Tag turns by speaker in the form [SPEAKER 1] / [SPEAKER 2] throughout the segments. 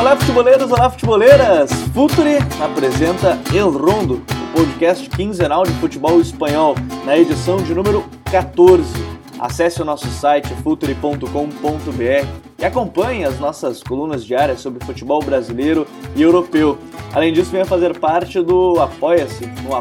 [SPEAKER 1] Olá, futeboleiros, olá, futeboleiras! Futuri apresenta El Rondo, o podcast quinzenal de futebol espanhol, na edição de número 14. Acesse o nosso site futuri.com.br e acompanhe as nossas colunas diárias sobre futebol brasileiro e europeu. Além disso, venha fazer parte do Apoia-se no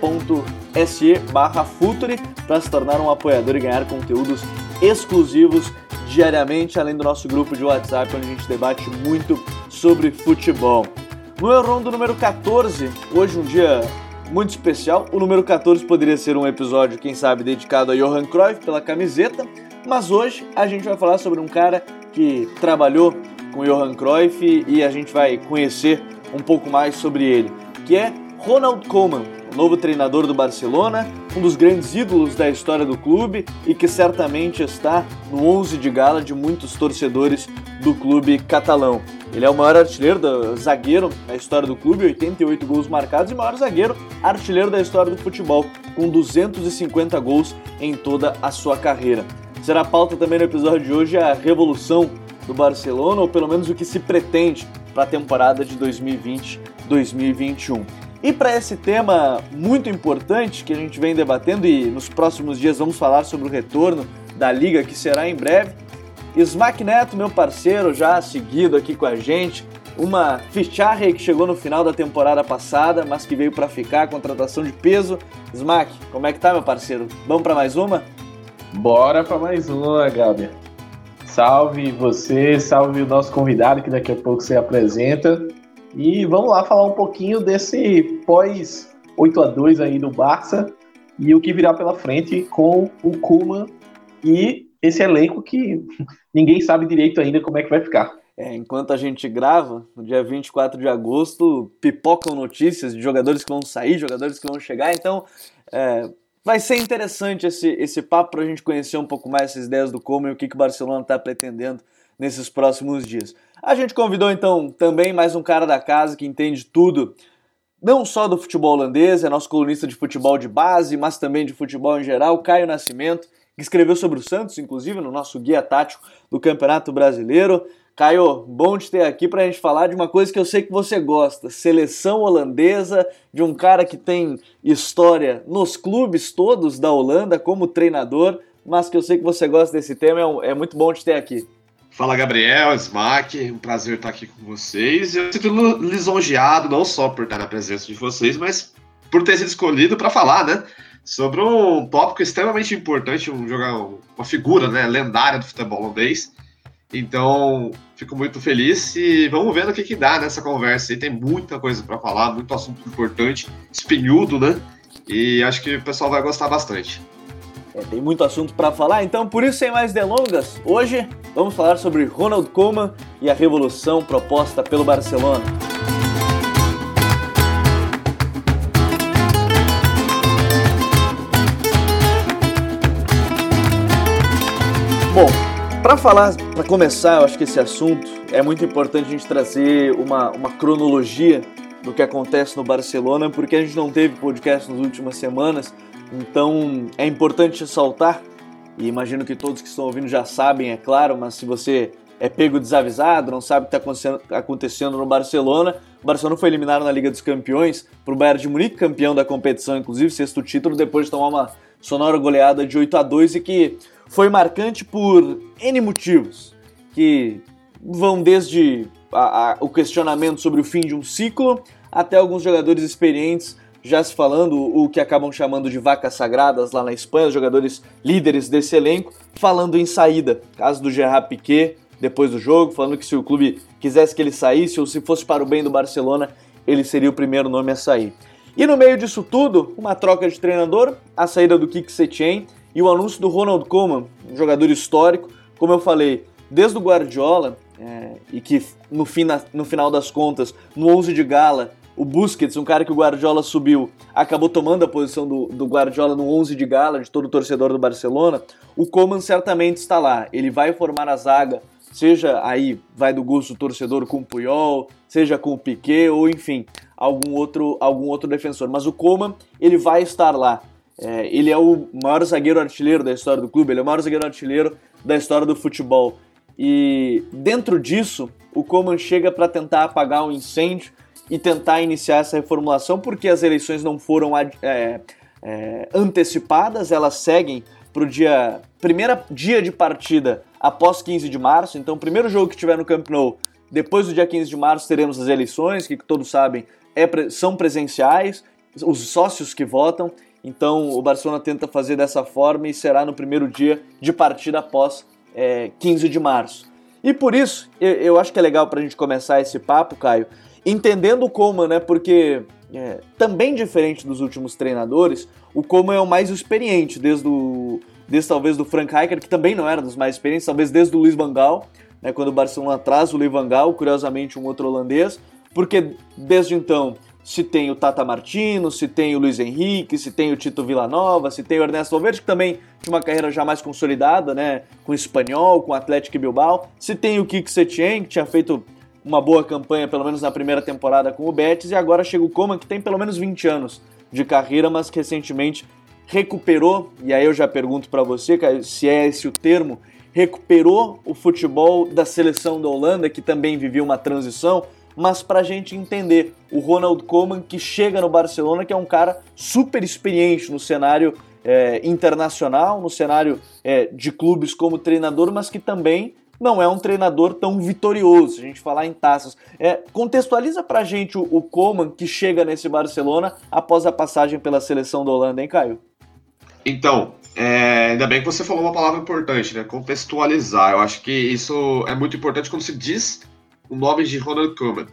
[SPEAKER 1] apoia.se/futuri para se tornar um apoiador e ganhar conteúdos exclusivos diariamente, além do nosso grupo de WhatsApp, onde a gente debate muito sobre futebol. No El Rondo número 14, hoje um dia muito especial. O número 14 poderia ser um episódio, quem sabe, dedicado a Johan Cruyff pela camiseta, mas hoje a gente vai falar sobre um cara que trabalhou com Johan Cruyff e a gente vai conhecer um pouco mais sobre ele, que é Ronald Koeman, o novo treinador do Barcelona, um dos grandes ídolos da história do clube e que certamente está no 11 de gala de muitos torcedores do clube catalão. Ele é o maior zagueiro da história do clube, 88 gols marcados, e o maior zagueiro artilheiro da história do futebol, com 250 gols em toda a sua carreira. Será pauta também no episódio de hoje a revolução do Barcelona, ou pelo menos o que se pretende para a temporada de 2020-2021. E para esse tema muito importante que a gente vem debatendo, e nos próximos dias vamos falar sobre o retorno da Liga, que será em breve, Smack Neto, meu parceiro, já seguido aqui com a gente, uma ficharre que chegou no final da temporada passada, mas que veio para ficar, contratação de peso. Smack, como é que tá, meu parceiro? Vamos para mais uma?
[SPEAKER 2] Bora para mais uma, Gabi. Salve você, salve o nosso convidado, que daqui a pouco você apresenta. E vamos lá falar um pouquinho desse pós 8-2 aí do Barça e o que virá pela frente com o Koeman e esse elenco que ninguém sabe direito ainda como é que vai ficar.
[SPEAKER 1] Enquanto a gente grava, no dia 24 de agosto, pipocam notícias de jogadores que vão sair, jogadores que vão chegar, então vai ser interessante esse papo para a gente conhecer um pouco mais essas ideias do Koeman e o que o Barcelona está pretendendo nesses próximos dias. A gente convidou então também mais um cara da casa que entende tudo, não só do futebol holandês, é nosso colunista de futebol de base, mas também de futebol em geral, Caio Nascimento, que escreveu sobre o Santos, inclusive, no nosso guia tático do Campeonato Brasileiro. Caio, bom te ter aqui para a gente falar de uma coisa que eu sei que você gosta, seleção holandesa, de um cara que tem história nos clubes todos da Holanda como treinador, mas que eu sei que você gosta desse tema, é muito bom te ter aqui.
[SPEAKER 3] Fala, Gabriel, Smack, um prazer estar aqui com vocês. Eu sinto lisonjeado não só por estar na presença de vocês, mas por ter sido escolhido para falar, né, sobre um tópico extremamente importante, uma figura, né, lendária do futebol holandês. Então, fico muito feliz e vamos ver no que dá nessa conversa. E tem muita coisa para falar, muito assunto importante, espinhudo, né, e acho que o pessoal vai gostar bastante.
[SPEAKER 1] Tem muito assunto para falar, então por isso, sem mais delongas, hoje vamos falar sobre Ronald Koeman e a revolução proposta pelo Barcelona. Bom, para começar, eu acho que esse assunto é muito importante a gente trazer uma cronologia do que acontece no Barcelona, porque a gente não teve podcast nas últimas semanas. Então é importante ressaltar, e imagino que todos que estão ouvindo já sabem, é claro, mas se você é pego desavisado, não sabe o que está acontecendo no Barcelona, o Barcelona foi eliminado na Liga dos Campeões para o Bayern de Munique, campeão da competição, inclusive, sexto título, depois de tomar uma sonora goleada de 8-2 e que foi marcante por N motivos, que vão desde o questionamento sobre o fim de um ciclo até alguns jogadores experientes já se falando o que acabam chamando de vacas sagradas lá na Espanha, os jogadores líderes desse elenco, falando em saída. Caso do Gerard Piqué, depois do jogo, falando que se o clube quisesse que ele saísse, ou se fosse para o bem do Barcelona, ele seria o primeiro nome a sair. E no meio disso tudo, uma troca de treinador, a saída do Quique Setien e o anúncio do Ronald Koeman, um jogador histórico, como eu falei, desde o Guardiola, e que no final das contas, no 11 de gala, o Busquets, um cara que o Guardiola subiu, acabou tomando a posição do Guardiola no 11 de gala de todo torcedor do Barcelona. O Koeman certamente está lá. Ele vai formar a zaga, seja aí, vai do gosto do torcedor com o Puyol, seja com o Piqué, ou enfim, algum outro defensor. Mas o Koeman, ele vai estar lá. Ele é o maior zagueiro artilheiro da história do clube, ele é o maior zagueiro artilheiro da história do futebol. E dentro disso, o Koeman chega para tentar apagar o incêndio e tentar iniciar essa reformulação, porque as eleições não foram antecipadas, elas seguem para o primeiro dia de partida após 15 de março, então o primeiro jogo que tiver no Camp Nou, depois do dia 15 de março teremos as eleições, que todos sabem são presenciais, os sócios que votam, então o Barcelona tenta fazer dessa forma e será no primeiro dia de partida após 15 de março. E por isso, eu acho que é legal para a gente começar esse papo, Caio, entendendo o Koeman, né, porque também diferente dos últimos treinadores, o Koeman é o mais experiente, desde talvez do Frank Rijkaard, que também não era dos mais experientes, talvez desde o Luis van Gaal, né, quando o Barcelona traz o Luis van Gaal, curiosamente um outro holandês, porque desde então se tem o Tata Martino, se tem o Luis Henrique, se tem o Tito Vilanova, se tem o Ernesto Valverde, que também tinha uma carreira já mais consolidada, né, com o Espanhol, com o Atlético Bilbao, se tem o Quique Setién, que tinha feito uma boa campanha, pelo menos na primeira temporada com o Betis, e agora chega o Koeman, que tem pelo menos 20 anos de carreira, mas que recentemente recuperou, e aí eu já pergunto para você, Caio, se é esse o termo, recuperou o futebol da seleção da Holanda, que também vivia uma transição, mas para a gente entender o Ronald Koeman, que chega no Barcelona, que é um cara super experiente no cenário internacional, no cenário de clubes como treinador, mas que também não é um treinador tão vitorioso, se a gente falar em taças. Contextualiza pra gente o Koeman que chega nesse Barcelona após a passagem pela seleção da Holanda, hein, Caio?
[SPEAKER 3] Então, ainda bem que você falou uma palavra importante, né? Contextualizar. Eu acho que isso é muito importante quando se diz o nome de Ronald Koeman.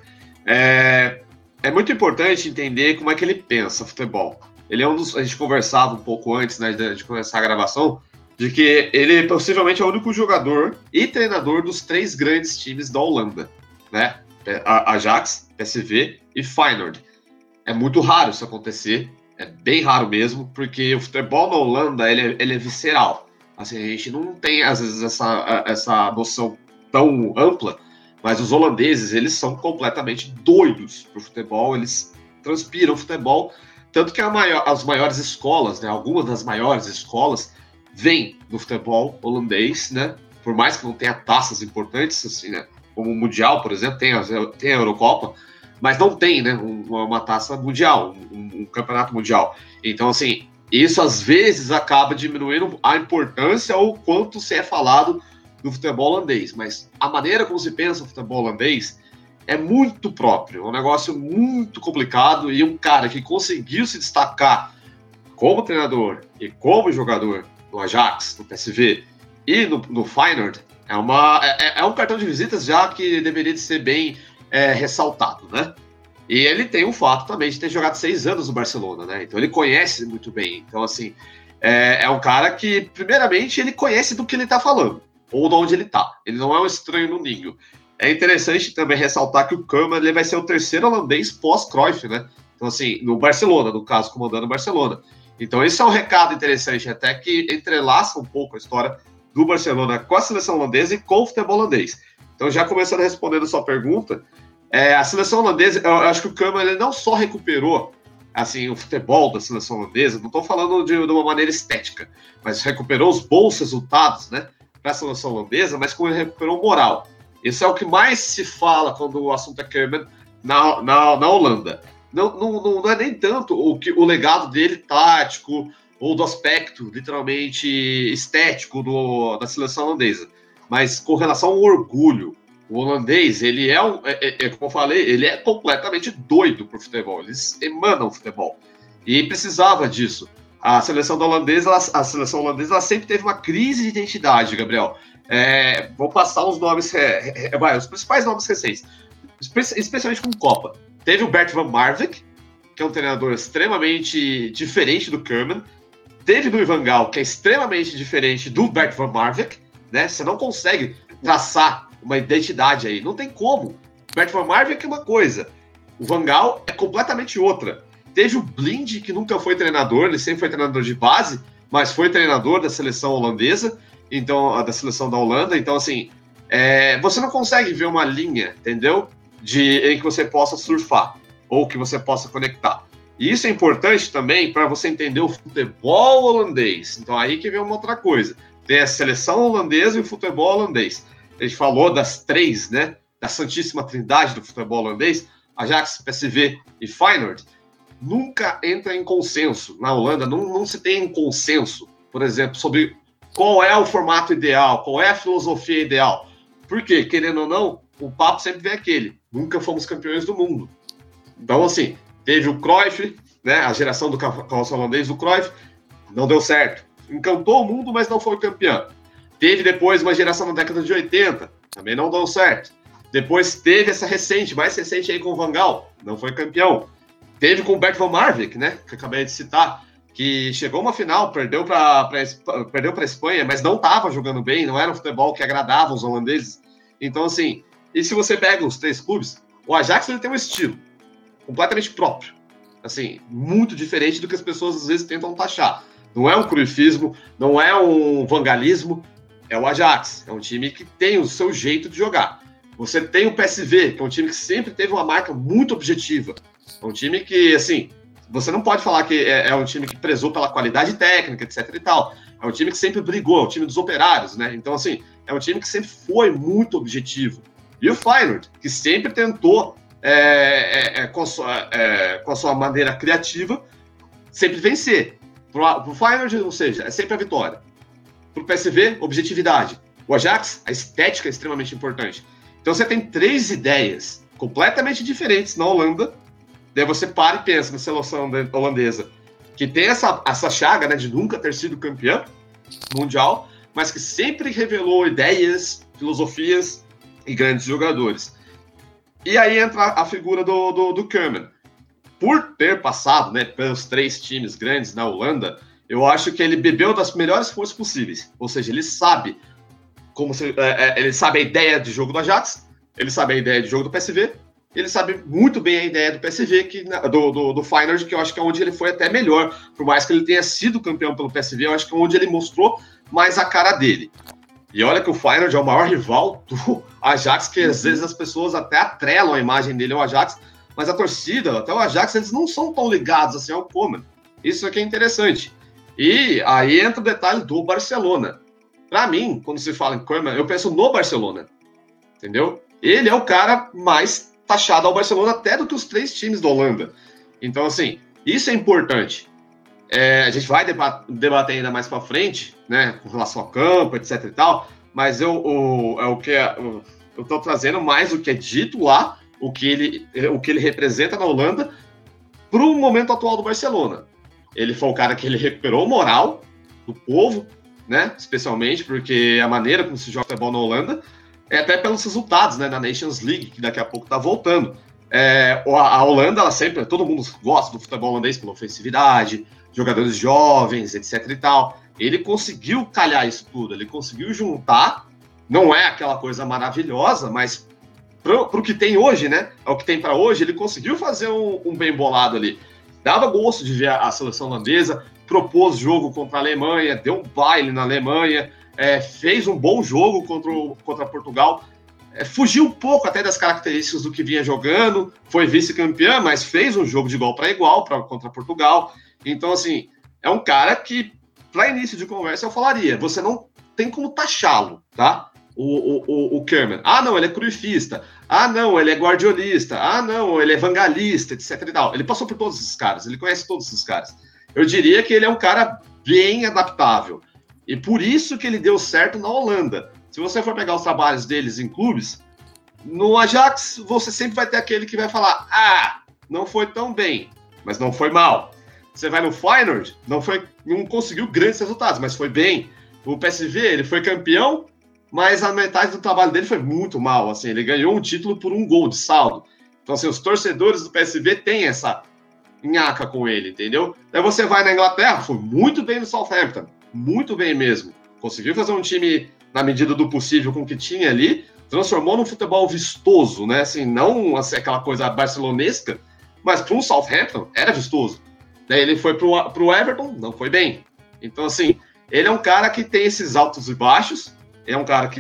[SPEAKER 3] É muito importante entender como é que ele pensa futebol. Ele é a gente conversava um pouco antes, né, de começar a gravação, de que ele possivelmente é o único jogador e treinador dos 3 grandes times da Holanda, né? Ajax, PSV e Feyenoord. É muito raro isso acontecer, é bem raro mesmo, porque o futebol na Holanda ele é visceral. Assim, a gente não tem às vezes essa noção tão ampla, mas os holandeses, eles são completamente doidos pro futebol, eles transpiram futebol, tanto que as maiores escolas, né, algumas das maiores escolas vêm do futebol holandês, né, por mais que não tenha taças importantes, assim, né, como o Mundial, por exemplo, tem a Eurocopa, mas não tem, né, uma taça mundial, um campeonato mundial. Então, assim, isso às vezes acaba diminuindo a importância ou quanto se é falado do futebol holandês, mas a maneira como se pensa o futebol holandês é muito próprio, é um negócio muito complicado, e um cara que conseguiu se destacar como treinador e como jogador no Ajax, no PSV e no Feyenoord, é um cartão de visitas já que deveria de ser bem ressaltado, né? E ele tem o fato também de ter jogado 6 anos no Barcelona, né? Então ele conhece muito bem. Então, assim, é um cara que, primeiramente, ele conhece do que ele tá falando, ou de onde ele tá. Ele não é um estranho no ninho. É interessante também ressaltar que o Koeman ele vai ser o 3º holandês pós-Cruyff, né? Então, assim, no Barcelona, no caso, comandando o Barcelona. Então, esse é um recado interessante, até que entrelaça um pouco a história do Barcelona com a seleção holandesa e com o futebol holandês. Então, já começando respondendo a sua pergunta, a seleção holandesa, eu acho que o Koeman ele não só recuperou assim, o futebol da seleção holandesa, não estou falando de uma maneira estética, mas recuperou os bons resultados, né, para a seleção holandesa, mas como ele recuperou moral. Isso é o que mais se fala quando o assunto é Koeman na Holanda. Não é nem tanto o legado dele tático ou do aspecto literalmente estético da seleção holandesa, mas com relação ao orgulho. O holandês, ele como eu falei, ele é completamente doido por futebol, eles emanam futebol, e precisava disso. A seleção holandesa ela sempre teve uma crise de identidade, Gabriel. Vou passar os nomes, os principais nomes recentes, especialmente com Copa. Teve o Bert van Marwijk, que é um treinador extremamente diferente do Koeman. Teve o Louis van Gaal, que é extremamente diferente do Bert van Marwijk, né? Você não consegue traçar uma identidade aí, não tem como. Bert van Marwijk é uma coisa, o Van Gaal é completamente outra. Teve o Blind, que nunca foi treinador, ele sempre foi treinador de base, mas foi treinador da seleção holandesa, então, da seleção da Holanda. Então, assim, você não consegue ver uma linha, entendeu? Em que você possa surfar, ou que você possa conectar. E isso é importante também para você entender o futebol holandês. Então, aí que vem uma outra coisa. Tem a seleção holandesa e o futebol holandês. a gente falou das três, né, da santíssima trindade do futebol holandês, Ajax, PSV e Feyenoord, nunca entra em consenso. Na Holanda não se tem um consenso, por exemplo, sobre qual é o formato ideal, qual é a filosofia ideal. Porque, querendo ou não, o papo sempre vem aquele, nunca fomos campeões do mundo. Então, assim, teve o Cruyff, né, a geração do calço holandês do Cruyff, não deu certo. Encantou o mundo, mas não foi campeão. Teve depois uma geração na década de 80, também não deu certo. Depois teve essa mais recente aí com o Van Gaal, não foi campeão. Teve com o Bert van Marwijk, né, que eu acabei de citar, que chegou uma final, perdeu para a Espanha, mas não estava jogando bem, não era um futebol que agradava os holandeses. Então, assim, e se você pega os três clubes, o Ajax ele tem um estilo completamente próprio, assim, muito diferente do que as pessoas às vezes tentam taxar. Não é um cruyffismo, não é um vangalismo, é o Ajax, é um time que tem o seu jeito de jogar. Você tem o PSV, que é um time que sempre teve uma marca muito objetiva, é um time que, assim, você não pode falar que é um time que prezou pela qualidade técnica, etc e tal, é um time que sempre brigou, é um time dos operários, né, então, assim, é um time que sempre foi muito objetivo. E o Feyenoord, que sempre tentou, com a sua maneira criativa, sempre vencer. Pro Feyenoord, ou seja, é sempre a vitória. Pro PSV, objetividade. O Ajax, a estética é extremamente importante. Então você tem três ideias completamente diferentes na Holanda. Daí você para e pensa na seleção holandesa, que tem essa chaga, né, de nunca ter sido campeã mundial, mas que sempre revelou ideias, filosofias e grandes jogadores. E aí entra a figura do Koeman. Por ter passado, né, pelos três times grandes na Holanda, eu acho que ele bebeu das melhores fontes possíveis. Ou seja, ele sabe ele sabe a ideia de jogo do Ajax, ele sabe a ideia de jogo do PSV, ele sabe muito bem a ideia do PSV, do Feyenoord, que eu acho que é onde ele foi até melhor. Por mais que ele tenha sido campeão pelo PSV, eu acho que é onde ele mostrou mais a cara dele. E olha que o Feyenoord é o maior rival do Ajax, que às vezes as pessoas até atrelam a imagem dele ao Ajax, mas a torcida, até o Ajax, eles não são tão ligados assim ao Koeman. Isso aqui é interessante. E aí entra o detalhe do Barcelona. Para mim, quando se fala em Koeman, eu penso no Barcelona. Entendeu? Ele é o cara mais taxado ao Barcelona até do que os três times da Holanda. Então, assim, isso é importante. A gente vai debater ainda mais para frente, né, com relação ao campo, etc e tal, mas eu estou trazendo mais o que é dito lá, o que ele representa na Holanda, para o momento atual do Barcelona. Ele foi o cara que ele recuperou a do povo, né, especialmente porque a maneira como se joga futebol na Holanda é até pelos resultados, né, na Nations League, que daqui a pouco está voltando. A Holanda, ela sempre, todo mundo gosta do futebol holandês pela ofensividade, jogadores jovens, etc e tal. Ele conseguiu calhar isso tudo, ele conseguiu juntar, não é aquela coisa maravilhosa, mas pro que tem hoje, né, é o que tem para hoje, ele conseguiu fazer um bem bolado ali. Dava gosto de ver a seleção holandesa, propôs jogo contra a Alemanha, deu um baile na Alemanha, fez um bom jogo contra Portugal, fugiu um pouco até das características do que vinha jogando, foi vice-campeã, mas fez um jogo de igual para igual contra Portugal. Então, assim, é um cara que, para início de conversa, eu falaria, você não tem como taxá-lo, tá? O Koeman. Ah, não, ele é cruyffista. Ah, não, ele é guardiolista. Ah, não, ele é vangalista, etc e tal. Ele passou por todos esses caras, ele conhece todos esses caras. Eu diria que ele é um cara bem adaptável. E por isso que ele deu certo na Holanda. Se você for pegar os trabalhos deles em clubes, no Ajax você sempre vai ter aquele que vai falar, não foi tão bem, mas não foi mal. Você vai no Feyenoord, não conseguiu grandes resultados, mas foi bem. O PSV, ele foi campeão, mas a metade do trabalho dele foi muito mal. Assim, ele ganhou um título por um gol de saldo. Então, assim, os torcedores do PSV têm essa nhaca com ele, entendeu? Aí você vai na Inglaterra, foi muito bem no Southampton, muito bem mesmo. Conseguiu fazer um time na medida do possível com o que tinha ali, transformou num futebol vistoso, né? Assim, não assim, aquela coisa barcelonesca, mas para um Southampton era vistoso. Daí ele foi pro Everton, não foi bem. Então, assim, ele é um cara que tem esses altos e baixos, é um cara que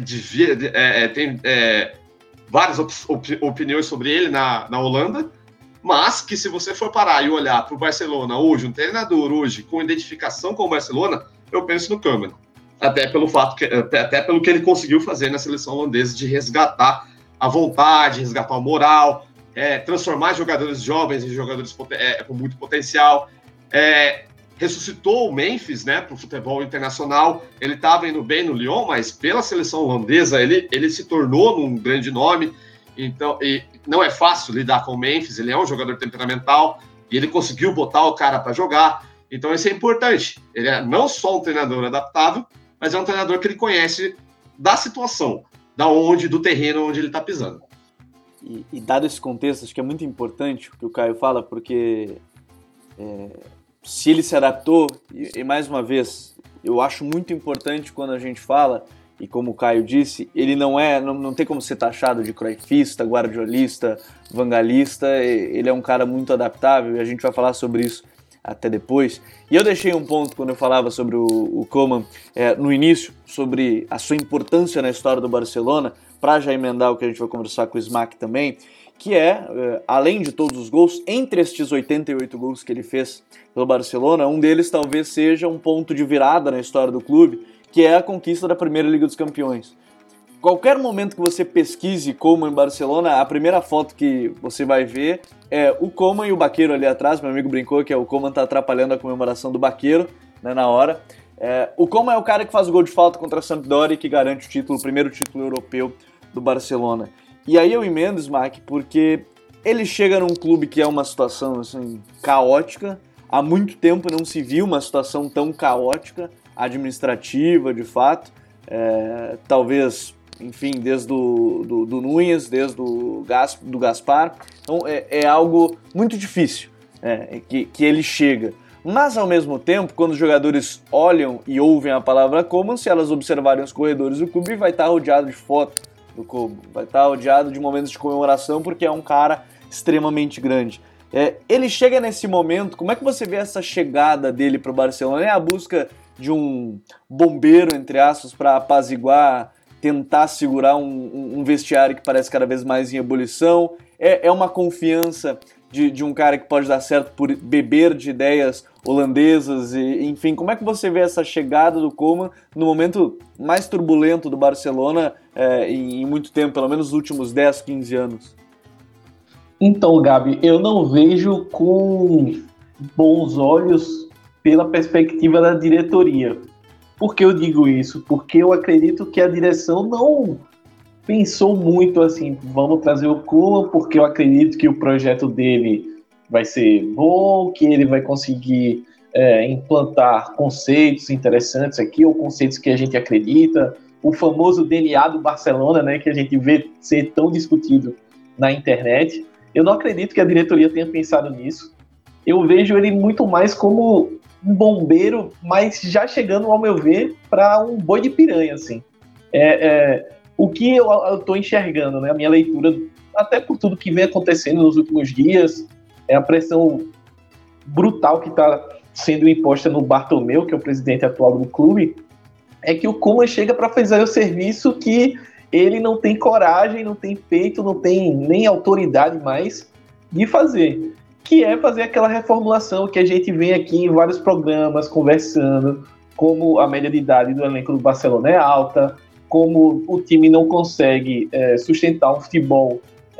[SPEAKER 3] tem várias opiniões sobre ele na Holanda, mas que se você for parar e olhar para o Barcelona hoje, um treinador hoje com identificação com o Barcelona, eu penso no Koeman. até pelo que ele conseguiu fazer na seleção holandesa de resgatar a vontade, resgatar a moral, transformar jogadores jovens em jogadores com muito potencial, ressuscitou o Memphis, né, para o futebol internacional. Ele estava indo bem no Lyon, mas pela seleção holandesa ele se tornou um grande nome. Então, e não é fácil lidar com o Memphis, ele é um jogador temperamental e ele conseguiu botar o cara para jogar. Então isso é importante. Ele é não só um treinador adaptável, mas é um treinador que ele conhece da situação, do terreno onde ele está pisando.
[SPEAKER 1] E dado esse contexto, acho que é muito importante o que o Caio fala, porque se ele se adaptou, e mais uma vez, eu acho muito importante quando a gente fala, e como o Caio disse, ele não tem como ser taxado de cruyffista, guardiolista, vangalista, ele é um cara muito adaptável, e a gente vai falar sobre isso até depois. E eu deixei um ponto quando eu falava sobre o Koeman no início, sobre a sua importância na história do Barcelona, para já emendar o que a gente vai conversar com o Smack também, que além de todos os gols, entre estes 88 gols que ele fez pelo Barcelona, um deles talvez seja um ponto de virada na história do clube, que é a conquista da Primeira Liga dos Campeões. Qualquer momento que você pesquise Koeman em Barcelona, a primeira foto que você vai ver é o Koeman e o Baqueiro ali atrás. Meu amigo brincou que o Koeman tá atrapalhando a comemoração do Baqueiro, né, na hora. O Koeman é o cara que faz o gol de falta contra a Sampdoria e que garante o primeiro título europeu do Barcelona. E aí eu emendo, Smack, porque ele chega num clube que é uma situação assim, caótica. Há muito tempo não se viu uma situação tão caótica, administrativa, de fato. Talvez, enfim, desde do Núñez, desde do Gaspar. Então é algo muito difícil que ele chega. Mas, ao mesmo tempo, quando os jogadores olham e ouvem a palavra Koeman, se elas observarem os corredores do clube, vai estar rodeado de foto do Koeman, vai estar rodeado de momentos de comemoração, porque é um cara extremamente grande. Ele chega nesse momento, como é que você vê essa chegada dele para o Barcelona? É a busca de um bombeiro, entre aspas, para apaziguar, tentar segurar um vestiário que parece cada vez mais em ebulição? É uma confiança de um cara que pode dar certo por beber de ideias holandesas? Enfim, como é que você vê essa chegada do Koeman no momento mais turbulento do Barcelona em muito tempo, pelo menos nos últimos 10, 15 anos?
[SPEAKER 2] Então, Gabi, eu não vejo com bons olhos pela perspectiva da diretoria. Por que eu digo isso? Porque eu acredito que a direção não pensou muito assim, vamos trazer o Koeman, porque eu acredito que o projeto dele vai ser bom, que ele vai conseguir implantar conceitos interessantes aqui, ou conceitos que a gente acredita, o famoso DNA do Barcelona, né, que a gente vê ser tão discutido na internet. Eu não acredito que a diretoria tenha pensado nisso. Eu vejo ele muito mais como um bombeiro, mas já chegando, ao meu ver, para um boi de piranha, assim. O que eu estou enxergando, né, a minha leitura, até por tudo que vem acontecendo nos últimos dias, a pressão brutal que está sendo imposta no Bartomeu, que é o presidente atual do clube, é que o Koeman chega para fazer o serviço que ele não tem coragem, não tem peito, não tem nem autoridade mais de fazer, que é fazer aquela reformulação que a gente vem aqui em vários programas conversando, como a média de idade do elenco do Barcelona é alta, como o time não consegue sustentar um futebol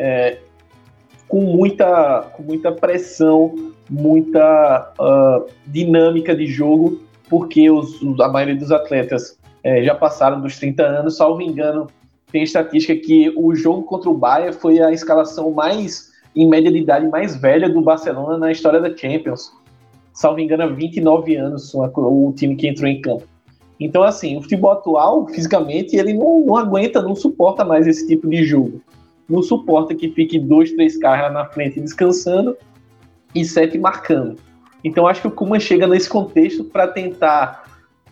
[SPEAKER 2] com muita pressão, muita dinâmica de jogo, porque a maioria dos atletas já passaram dos 30 anos, salvo engano. Tem estatística que o jogo contra o Bayern foi a escalação mais, em média de idade, mais velha do Barcelona na história da Champions. Salvo engano, há 29 anos o time que entrou em campo. Então, assim, o futebol atual, fisicamente, ele não aguenta, não suporta mais esse tipo de jogo. Não suporta que fique 2, 3 caras na frente descansando e 7 marcando. Então, acho que o Koeman chega nesse contexto para tentar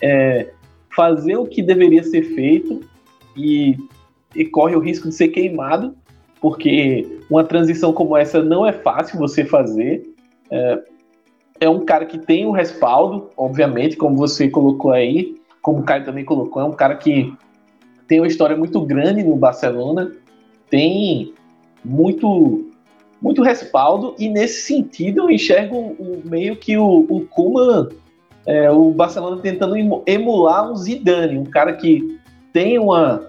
[SPEAKER 2] fazer o que deveria ser feito e corre o risco de ser queimado, porque uma transição como essa não é fácil você fazer. É um cara que tem um respaldo, obviamente, como você colocou aí, como o Caio também colocou, é um cara que tem uma história muito grande no Barcelona, tem muito respaldo, e nesse sentido eu enxergo meio que o Koeman o Barcelona tentando emular um Zidane, um cara que tem uma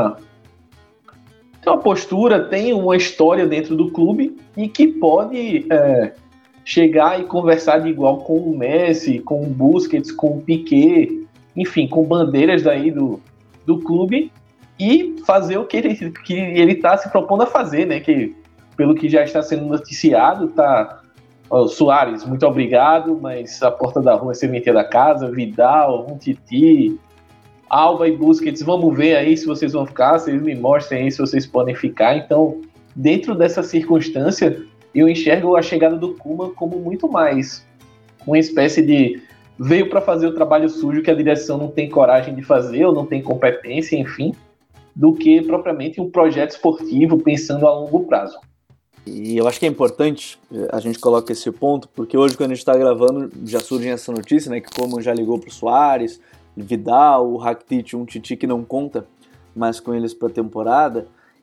[SPEAKER 2] postura, tem uma história dentro do clube e que pode chegar e conversar de igual com o Messi, com o Busquets, com o Piqué, enfim, com bandeiras daí do clube e fazer o que ele está se propondo a fazer, né? Que, pelo que já está sendo noticiado, Suárez, muito obrigado, mas a porta da rua é sementinha da casa, Vidal, Umtiti, Alba e Busquets, vamos ver aí se vocês vão ficar, vocês me mostrem aí se vocês podem ficar. Então, dentro dessa circunstância, eu enxergo a chegada do Koeman como muito mais uma espécie de veio para fazer o trabalho sujo que a direção não tem coragem de fazer ou não tem competência, enfim, do que propriamente um projeto esportivo pensando a longo prazo.
[SPEAKER 1] E eu acho que é importante a gente colocar esse ponto, porque hoje, quando a gente está gravando, já surge essa notícia, né, que o Koeman já ligou para o Suárez, Vidal, o Rakitic, um Titi que não conta mais com eles para a temporada,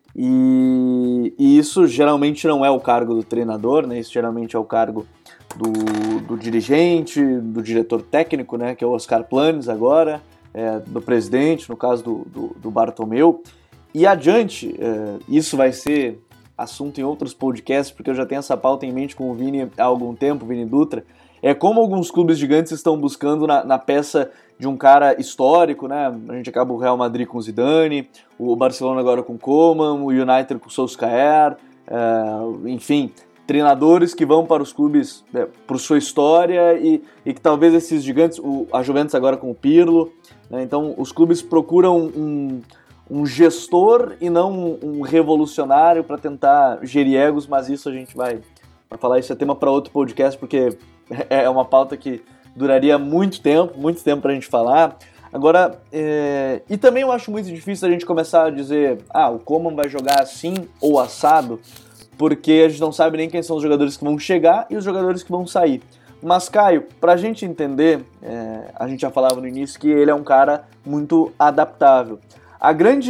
[SPEAKER 1] e isso geralmente não é o cargo do treinador, né, isso geralmente é o cargo do dirigente, do diretor técnico, né, que é o Oscar Planes agora, do presidente, no caso do Bartomeu, e adiante, isso vai ser assunto em outros podcasts, porque eu já tenho essa pauta em mente com o Vini há algum tempo, Vini Dutra, como alguns clubes gigantes estão buscando na peça de um cara histórico, né? A gente acaba o Real Madrid com o Zidane, o Barcelona agora com o Koeman, o United com o Solskjaer, enfim, treinadores que vão para os clubes por sua história e que talvez esses gigantes, a Juventus agora com o Pirlo, né? Então os clubes procuram um gestor e não um revolucionário para tentar gerir egos, mas isso a gente vai falar, isso é tema para outro podcast, porque é uma pauta que duraria muito tempo para a gente falar. Agora, e também eu acho muito difícil a gente começar a dizer, o Koeman vai jogar assim ou assado, porque a gente não sabe nem quem são os jogadores que vão chegar e os jogadores que vão sair. Mas, Caio, para a gente entender, a gente já falava no início que ele é um cara muito adaptável. A grande,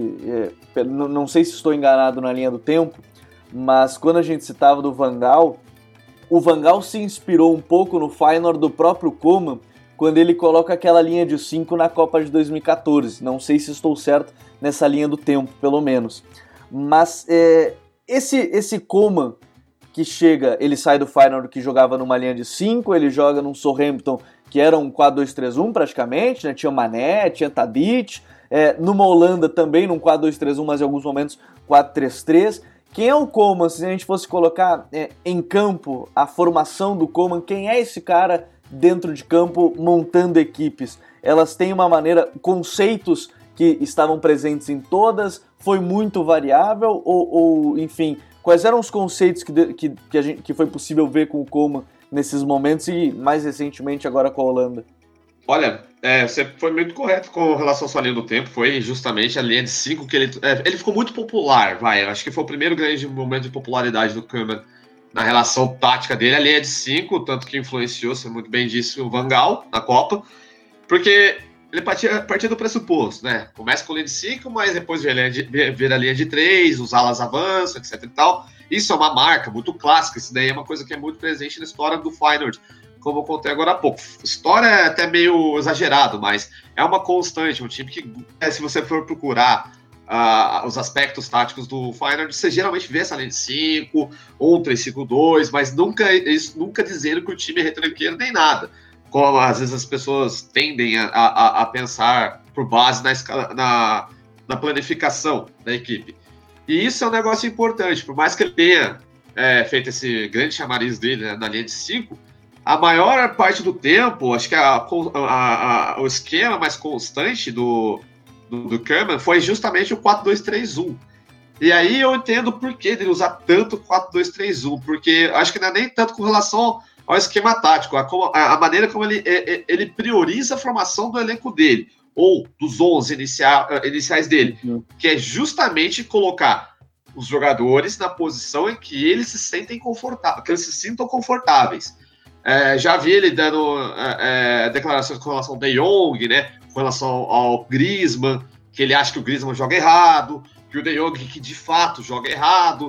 [SPEAKER 1] não sei se estou enganado na linha do tempo, mas quando a gente citava do Van Gaal, o Van Gaal se inspirou um pouco no Feyenoord do próprio Koeman, quando ele coloca aquela linha de 5 na Copa de 2014. Não sei se estou certo nessa linha do tempo, pelo menos. Mas esse Koeman que chega, ele sai do Feyenoord que jogava numa linha de 5, ele joga num Southampton que era um 4-2-3-1 praticamente, né? Tinha Mané, tinha Tadic, numa Holanda também num 4-2-3-1, mas em alguns momentos 4-3-3. Quem é o Koeman? Se a gente fosse colocar em campo a formação do Koeman, quem é esse cara dentro de campo montando equipes? Elas têm uma maneira, conceitos que estavam presentes em todas, foi muito variável ou enfim, quais eram os conceitos que foi possível ver com o Koeman nesses momentos e mais recentemente agora com a Holanda?
[SPEAKER 3] Olha, você foi muito correto com relação à sua linha do tempo, foi justamente a linha de 5 que ele ficou muito popular, acho que foi o primeiro grande momento de popularidade do Koeman na relação tática dele, a linha de 5, tanto que influenciou, você muito bem disse, o Van Gaal na Copa, porque ele partia do pressuposto, né? Começa com a linha de 5, mas depois vira a linha de 3, os alas avançam, etc e tal. Isso é uma marca muito clássica, isso daí é uma coisa que é muito presente na história do Feyenoord, como eu contei agora há pouco. História é até meio exagerado, mas é uma constante, um time que, se você for procurar os aspectos táticos do Feyenoord, você geralmente vê essa linha de 5, ou um 3-5-2, mas nunca dizendo que o time é retranqueiro nem nada, como às vezes as pessoas tendem a pensar por base na planificação da equipe. E isso é um negócio importante, por mais que ele tenha feito esse grande chamariz dele, né, na linha de 5, a maior parte do tempo, acho que o esquema mais constante do Koeman foi justamente o 4-2-3-1. E aí eu entendo por que dele usar tanto 4-2-3-1, porque acho que não é nem tanto com relação ao esquema tático, a maneira como ele prioriza a formação do elenco dele, ou dos 11 iniciais dele, que é justamente colocar os jogadores na posição em que eles se sentem confortáveis, que eles se sintam confortáveis. Já vi ele dando declarações com relação ao De Jong, né, com relação ao Griezmann, que ele acha que o Griezmann joga errado, que o De Jong que de fato joga errado.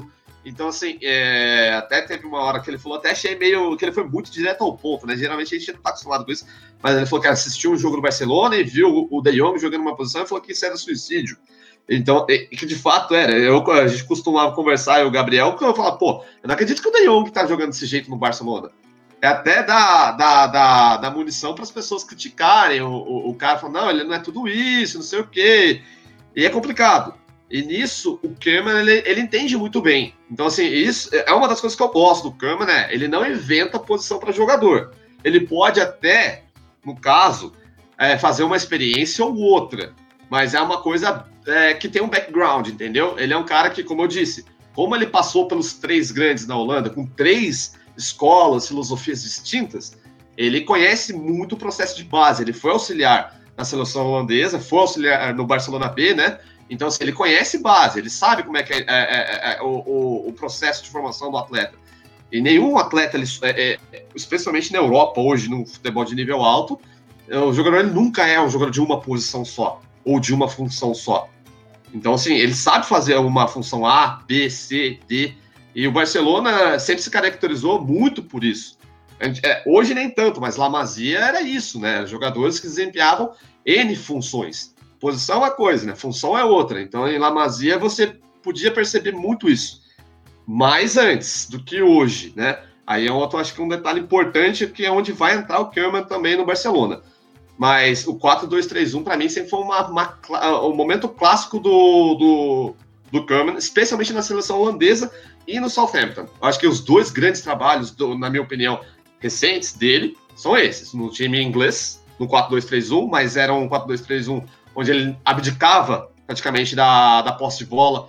[SPEAKER 3] Então, assim, até teve uma hora que ele falou, até achei meio que ele foi muito direto ao ponto, né? Geralmente a gente não tá acostumado com isso, mas ele falou que assistiu um jogo do Barcelona e viu o De Jong jogando uma posição e falou que isso era suicídio. Então, que de fato era. A gente costumava conversar, eu e o Gabriel, que eu falava, pô, eu não acredito que o De Jong tá jogando desse jeito no Barcelona. É até da munição para as pessoas criticarem o cara, falando, não, ele não é tudo isso, não sei o quê. E é complicado. E nisso, o Koeman, ele entende muito bem. Então, assim, isso é uma das coisas que eu gosto do Koeman, né? Ele não inventa posição para jogador. Ele pode até, no caso, fazer uma experiência ou outra. Mas é uma coisa que tem um background, entendeu? Ele é um cara que, como eu disse, como ele passou pelos 3 grandes na Holanda, com 3 escolas, filosofias distintas, ele conhece muito o processo de base. Ele foi auxiliar na seleção holandesa, foi auxiliar no Barcelona B, né? Então, assim, ele conhece base, ele sabe como é que é o processo de formação do atleta. E nenhum atleta, especialmente na Europa, hoje, no futebol de nível alto, o jogador ele nunca é um jogador de uma posição só, ou de uma função só. Então, assim, ele sabe fazer uma função A, B, C, D, e o Barcelona sempre se caracterizou muito por isso. Hoje nem tanto, mas La Masia era isso, né? Jogadores que desempenhavam N funções. Posição é uma coisa, né? Função é outra. Então, em La Masia, você podia perceber muito isso. Mais antes do que hoje, né? Aí é acho que um detalhe importante, que é onde vai entrar o Koeman também no Barcelona. Mas o 4-2-3-1, para mim, sempre foi um momento clássico do Koeman, especialmente na seleção holandesa e no Southampton. Eu acho que os 2 grandes trabalhos, na minha opinião, recentes dele, são esses. No time inglês, no 4-2-3-1, mas era um 4-2-3-1 onde ele abdicava praticamente da posse de bola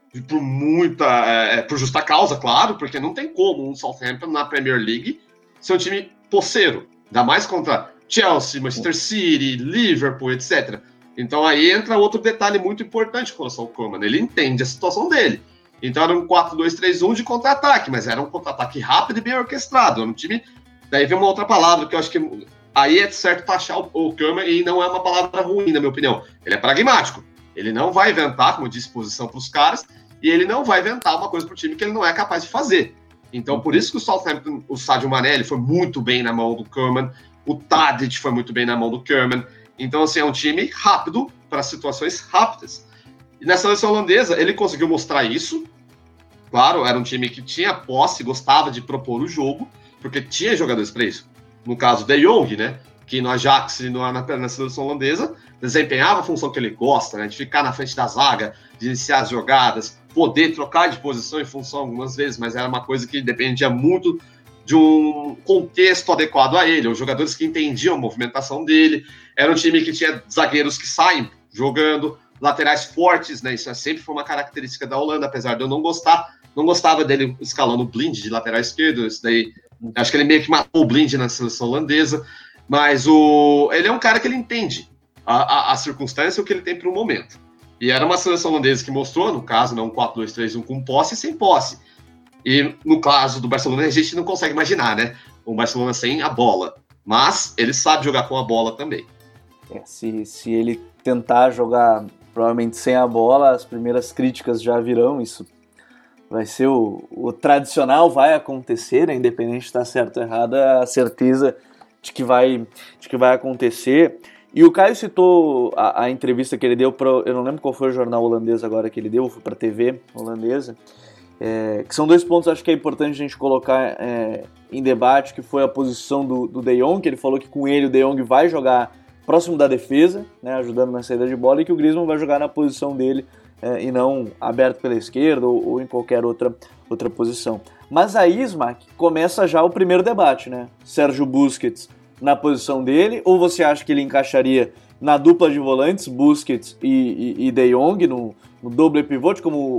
[SPEAKER 3] por justa causa, claro, porque não tem como um Southampton na Premier League ser um time posseiro, ainda mais contra Chelsea, Manchester City, Liverpool, etc. Então aí entra outro detalhe muito importante com relação ao Koeman, ele entende a situação dele. Então era um 4-2-3-1 de contra-ataque, mas era um contra-ataque rápido e bem orquestrado, era um time... Daí vem uma outra palavra que eu acho que aí é certo taxar o Koeman, e não é uma palavra ruim, na minha opinião. Ele é pragmático. Ele não vai inventar, como eu disse, posição para os caras, e ele não vai inventar uma coisa para o time que ele não é capaz de fazer. Então, por isso que o Southampton, o Sadio Mané, ele foi muito bem na mão do Koeman, o Tadic foi muito bem na mão do Koeman. Então, assim, é um time rápido para situações rápidas. E na seleção holandesa, ele conseguiu mostrar isso. Claro, era um time que tinha posse, gostava de propor o jogo, porque tinha jogadores para isso. No caso, De Jong, né, que no Ajax e na seleção holandesa desempenhava a função que ele gosta, né, de ficar na frente da zaga, de iniciar as jogadas, poder trocar de posição e função algumas vezes, mas era uma coisa que dependia muito de um contexto adequado a ele, os jogadores que entendiam a movimentação dele. Era um time que tinha zagueiros que saem jogando, laterais fortes, né, isso sempre foi uma característica da Holanda, apesar de eu não gostava dele escalando o Blind de lateral esquerdo, isso daí acho que ele meio que matou o Blind na seleção holandesa, mas ele é um cara que ele entende a circunstância e o que ele tem para o momento. E era uma seleção holandesa que mostrou, no caso, um 4-2-3-1 com posse e sem posse. E no caso do Barcelona, a gente não consegue imaginar, né? O Barcelona sem a bola. Mas ele sabe jogar com a bola também.
[SPEAKER 1] Se ele tentar jogar provavelmente sem a bola, as primeiras críticas já virão, isso vai ser o tradicional, vai acontecer, né? Independente de estar certo ou errado, é a certeza de que vai acontecer. E o Caio citou a entrevista que ele deu para, eu não lembro qual foi o jornal holandês agora que ele deu, foi para a TV holandesa, que são 2 pontos, acho que é importante a gente colocar em debate, que foi a posição do De Jong, que ele falou que com ele o De Jong vai jogar próximo da defesa, né, ajudando na saída de bola, e que o Griezmann vai jogar na posição dele, e não aberto pela esquerda ou em qualquer outra posição. Mas aí, Smack, começa já o primeiro debate, né? Sérgio Busquets na posição dele, ou você acha que ele encaixaria na dupla de volantes, Busquets e De Jong, no double pivot, como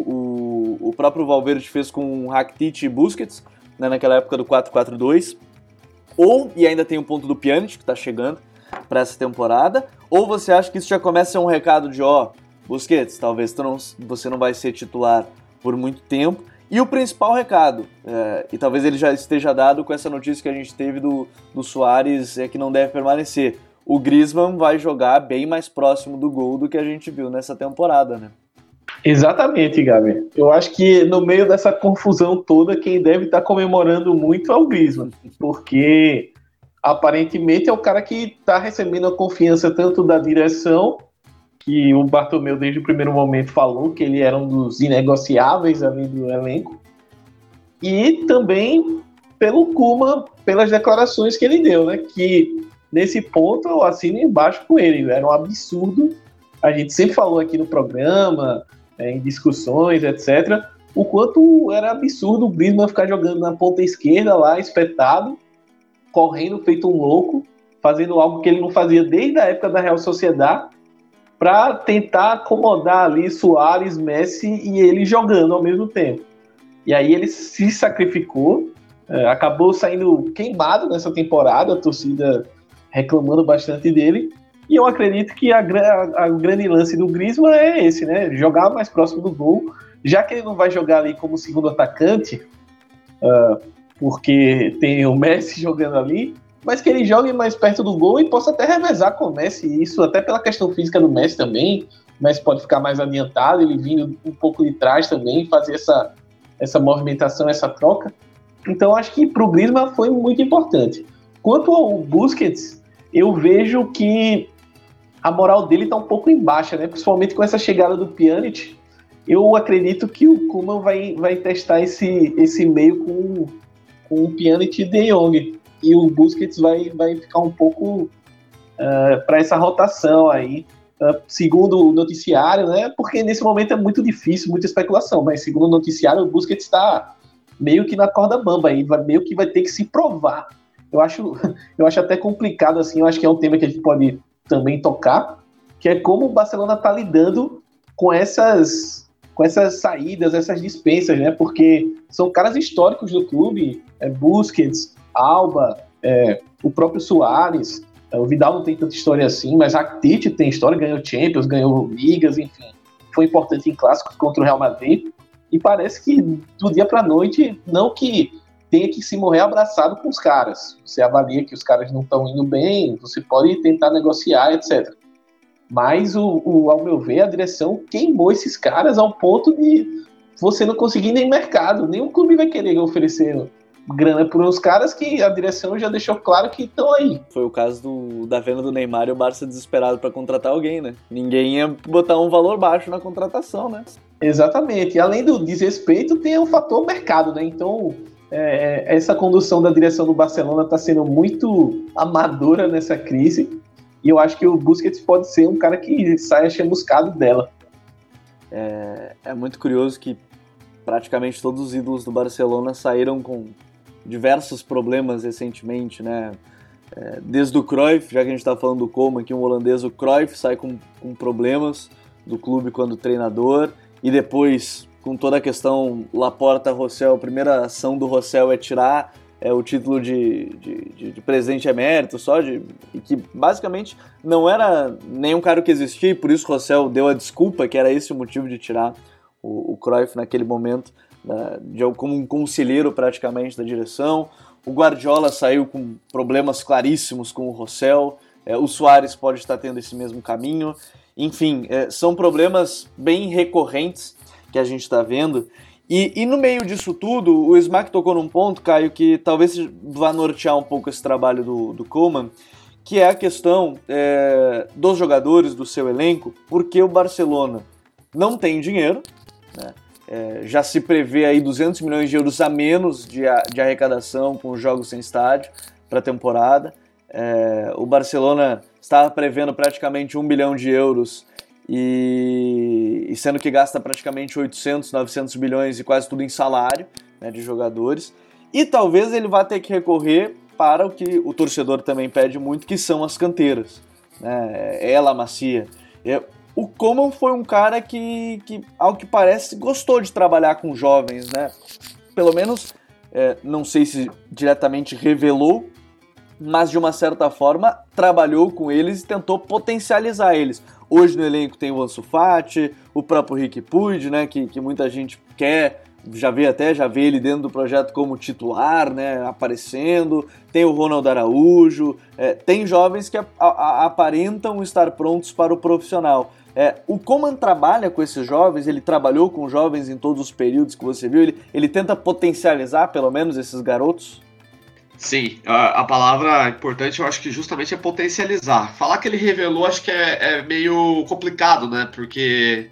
[SPEAKER 1] o próprio Valverde fez com Rakitic e Busquets, né, naquela época do 4-4-2, e ainda tem o ponto do Pjanic, que está chegando para essa temporada, ou você acha que isso já começa a ser um recado de, Busquets, talvez você não vai ser titular por muito tempo. E o principal recado, e talvez ele já esteja dado com essa notícia que a gente teve do Suárez, que não deve permanecer. O Griezmann vai jogar bem mais próximo do gol do que a gente viu nessa temporada, né?
[SPEAKER 2] Exatamente, Gabi. Eu acho que no meio dessa confusão toda, quem deve estar comemorando muito é o Griezmann, porque aparentemente é o cara que está recebendo a confiança tanto da direção, que o Bartomeu desde o primeiro momento falou que ele era um dos inegociáveis ali do elenco, e também pelo Koeman, pelas declarações que ele deu, né? Que nesse ponto eu assino embaixo com ele. Era um absurdo. A gente sempre falou aqui no programa, em discussões, etc., o quanto era absurdo o Griezmann ficar jogando na ponta esquerda lá, espetado, correndo feito um louco, fazendo algo que ele não fazia desde a época da Real Sociedade, para tentar acomodar ali Suárez, Messi e ele jogando ao mesmo tempo. E aí ele se sacrificou, acabou saindo queimado nessa temporada, a torcida reclamando bastante dele. E eu acredito que a grande lance do Griezmann é esse, né? Jogar mais próximo do gol, já que ele não vai jogar ali como segundo atacante, porque tem o Messi jogando ali, mas que ele jogue mais perto do gol e possa até revezar com o Messi, isso até pela questão física do Messi também. O Messi pode ficar mais adiantado, ele vindo um pouco de trás também, fazer essa movimentação, essa troca. Então acho que para o Griezmann foi muito importante. Quanto ao Busquets, eu vejo que a moral dele está um pouco em baixa, né? Principalmente com essa chegada do Pjanic. Eu acredito que o Koeman vai testar esse meio com o Pjanic e De Jong. E o Busquets vai ficar um pouco para essa rotação aí. Segundo o noticiário, né? Porque nesse momento é muito difícil, muita especulação, mas segundo o noticiário, o Busquets está meio que na corda bamba aí, meio que vai ter que se provar. Eu acho até complicado, assim, eu acho que é um tema que a gente pode também tocar, que é como o Barcelona está lidando com essas saídas, essas dispensas, né? Porque são caras históricos do clube, Busquets, Alba, o próprio Suárez, o Vidal não tem tanta história assim, mas Rakitic tem história, ganhou Champions, ganhou Ligas, enfim, foi importante em clássicos contra o Real Madrid, e parece que do dia para a noite, não que tenha que se morrer abraçado com os caras. Você avalia que os caras não estão indo bem, você pode tentar negociar, etc. Mas, ao meu ver, a direção queimou esses caras ao ponto de você não conseguir nem mercado. Nenhum clube vai querer oferecer grana por uns caras que a direção já deixou claro que estão aí.
[SPEAKER 1] Foi o caso da venda do Neymar e o Barça desesperado para contratar alguém, né? Ninguém ia botar um valor baixo na contratação, né?
[SPEAKER 2] Exatamente. E além do desrespeito, tem o fator mercado, né? Então, essa condução da direção do Barcelona está sendo muito amadora nessa crise, e eu acho que o Busquets pode ser um cara que saia chamuscado dela.
[SPEAKER 1] É muito curioso que praticamente todos os ídolos do Barcelona saíram com diversos problemas recentemente, né? Desde o Cruyff, já que a gente está falando do Koeman, que um holandês, o Cruyff sai com problemas do clube quando treinador, e depois com toda a questão Laporta-Rossell, a primeira ação do Rossell é tirar o título de presidente emérito, e que basicamente não era nenhum cargo que existia, e por isso Rossell deu a desculpa que era esse o motivo de tirar o Cruyff naquele momento, como um conselheiro praticamente da direção. O Guardiola saiu com problemas claríssimos com o Rossell, o Suárez pode estar tendo esse mesmo caminho. Enfim, são problemas bem recorrentes que a gente está vendo. E no meio disso tudo, o Smack tocou num ponto, Caio, que talvez vá nortear um pouco esse trabalho do Koeman, que é a questão dos jogadores, do seu elenco, porque o Barcelona não tem dinheiro, né? Já se prevê aí 200 milhões de euros a menos de arrecadação com os jogos sem estádio para a temporada. O Barcelona estava prevendo praticamente 1 bilhão de euros e sendo que gasta praticamente 800, 900 bilhões e quase tudo em salário, né, de jogadores. E talvez ele vá ter que recorrer para o que o torcedor também pede muito, que são as canteiras, né, La Masia. O Koeman foi um cara que, ao que parece, gostou de trabalhar com jovens, né? Pelo menos, não sei se diretamente revelou, mas de uma certa forma trabalhou com eles e tentou potencializar eles. Hoje no elenco tem o Ansu Fati, o próprio Riqui Puig, né, que muita gente quer já vê ele dentro do projeto como titular, né, aparecendo, tem o Ronald Araújo, tem jovens que aparentam estar prontos para o profissional. O Koeman trabalha com esses jovens, ele trabalhou com jovens em todos os períodos que você viu, ele tenta potencializar pelo menos esses garotos?
[SPEAKER 3] Sim, a palavra importante eu acho que justamente é potencializar. Falar que ele revelou acho que é meio complicado, né? Porque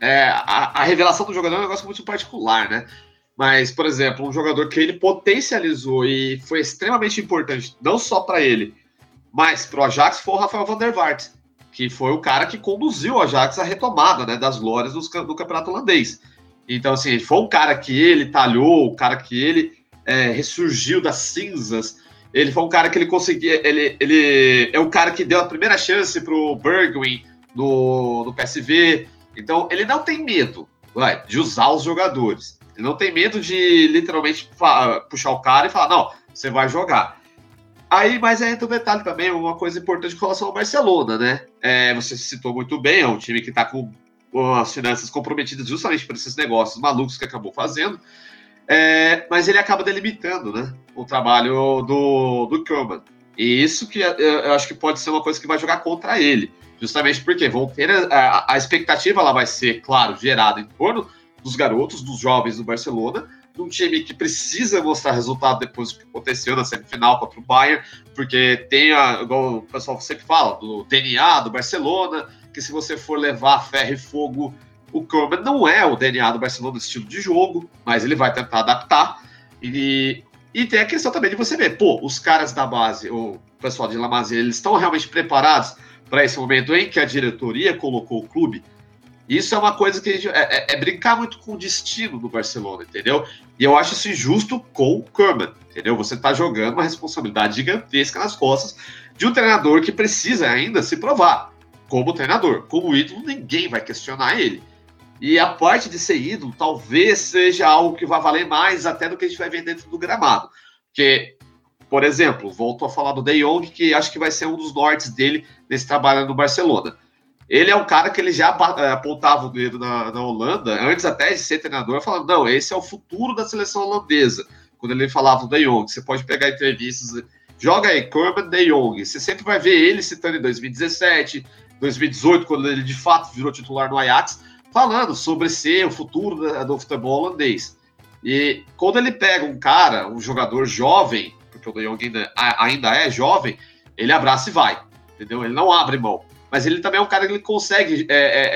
[SPEAKER 3] a revelação do jogador é um negócio muito particular, né? Mas, por exemplo, um jogador que ele potencializou e foi extremamente importante, não só para ele, mas para o Ajax, foi o Rafael van der Vaart, que foi o cara que conduziu o Ajax à retomada, né, das glórias do campeonato holandês. Então, assim, foi um cara que ele talhou, o cara que ele ressurgiu das cinzas. Ele foi um cara que ele conseguia. Ele é o cara que deu a primeira chance pro Bergwijn no PSV. Então, ele não tem medo de usar os jogadores. Ele não tem medo de literalmente puxar o cara e falar: não, você vai jogar. Mas entra um detalhe também, uma coisa importante com relação ao Barcelona, né? Você citou muito bem, é um time que está com as finanças comprometidas justamente por esses negócios malucos que acabou fazendo. Mas ele acaba delimitando, né, o trabalho do Koeman. E isso que eu acho que pode ser uma coisa que vai jogar contra ele. Justamente porque vão ter a expectativa, ela vai ser, claro, gerada em torno dos garotos, dos jovens do Barcelona, de um time que precisa mostrar resultado depois do que aconteceu na semifinal contra o Bayern, porque tem, igual o pessoal sempre fala, do DNA do Barcelona, que se você for levar ferro e fogo, o Koeman não é o DNA do Barcelona no estilo de jogo, mas ele vai tentar adaptar. E tem a questão também de você ver, os caras da base, o pessoal de La Masia, eles estão realmente preparados para esse momento em que a diretoria colocou o clube. Isso é uma coisa que a gente, brincar muito com o destino do Barcelona, entendeu? E eu acho isso injusto com o Koeman, entendeu? Você está jogando uma responsabilidade gigantesca nas costas de um treinador que precisa ainda se provar como treinador. Como ídolo, ninguém vai questionar ele. E a parte de ser ídolo talvez seja algo que vai valer mais até do que a gente vai ver dentro do gramado. Porque, por exemplo, volto a falar do De Jong, que acho que vai ser um dos nortes dele nesse trabalho no Barcelona. Ele é um cara que ele já apontava o dedo na Holanda, antes até de ser treinador, falando, não, esse é o futuro da seleção holandesa. Quando ele falava do De Jong, você pode pegar entrevistas, joga aí, Koeman, De Jong, você sempre vai ver ele citando em 2017, 2018, quando ele de fato virou titular no Ajax, falando sobre ser o futuro do futebol holandês. E quando ele pega um cara, um jogador jovem, porque o De Jong ainda é jovem, ele abraça e vai, entendeu? Ele não abre mão. Mas ele também é um cara que ele consegue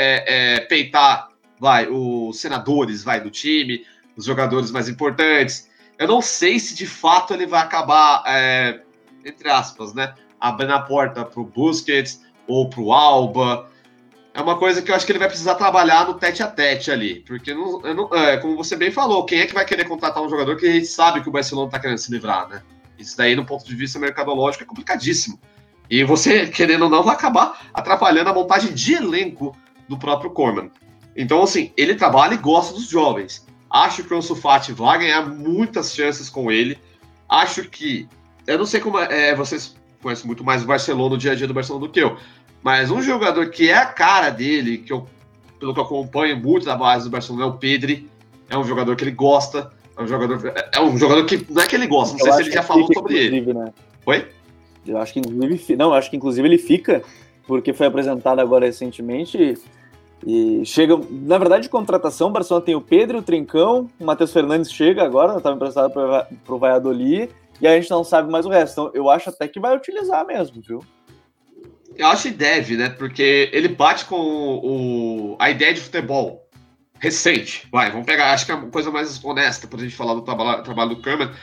[SPEAKER 3] peitar os senadores do time, os jogadores mais importantes. Eu não sei se de fato ele vai acabar, entre aspas, né, abrindo a porta para o Busquets ou para o Alba. É uma coisa que eu acho que ele vai precisar trabalhar no tete-a-tete ali. Porque, como você bem falou, quem é que vai querer contratar um jogador que a gente sabe que o Barcelona está querendo se livrar, né? Isso daí, do ponto de vista mercadológico, é complicadíssimo. E você, querendo ou não, vai acabar atrapalhando a montagem de elenco do próprio Koeman. Então, assim, ele trabalha e gosta dos jovens. Acho que o Ansu Fati vai ganhar muitas chances com ele. Acho que... Eu não sei como vocês conhecem muito mais o Barcelona, o dia a dia do Barcelona do que eu. Mas um jogador que é a cara dele, pelo que eu acompanho muito da base do Barcelona, é o Pedri. É um jogador que ele gosta. É um jogador que... Não é que ele gosta, não sei se ele já falou sobre ele. Né? Oi?
[SPEAKER 1] Eu acho que inclusive ele fica, porque foi apresentado agora recentemente e chega, na verdade, de contratação, o Barcelona tem o Pedro, o Trincão, o Matheus Fernandes chega agora, estava emprestado para o Valladolid, e a gente não sabe mais o resto. Então, eu acho até que vai utilizar mesmo, viu?
[SPEAKER 3] Eu acho que deve, né? Porque ele bate com a ideia de futebol recente. Vamos pegar, acho que é a coisa mais honesta para a gente falar do trabalho do Koeman,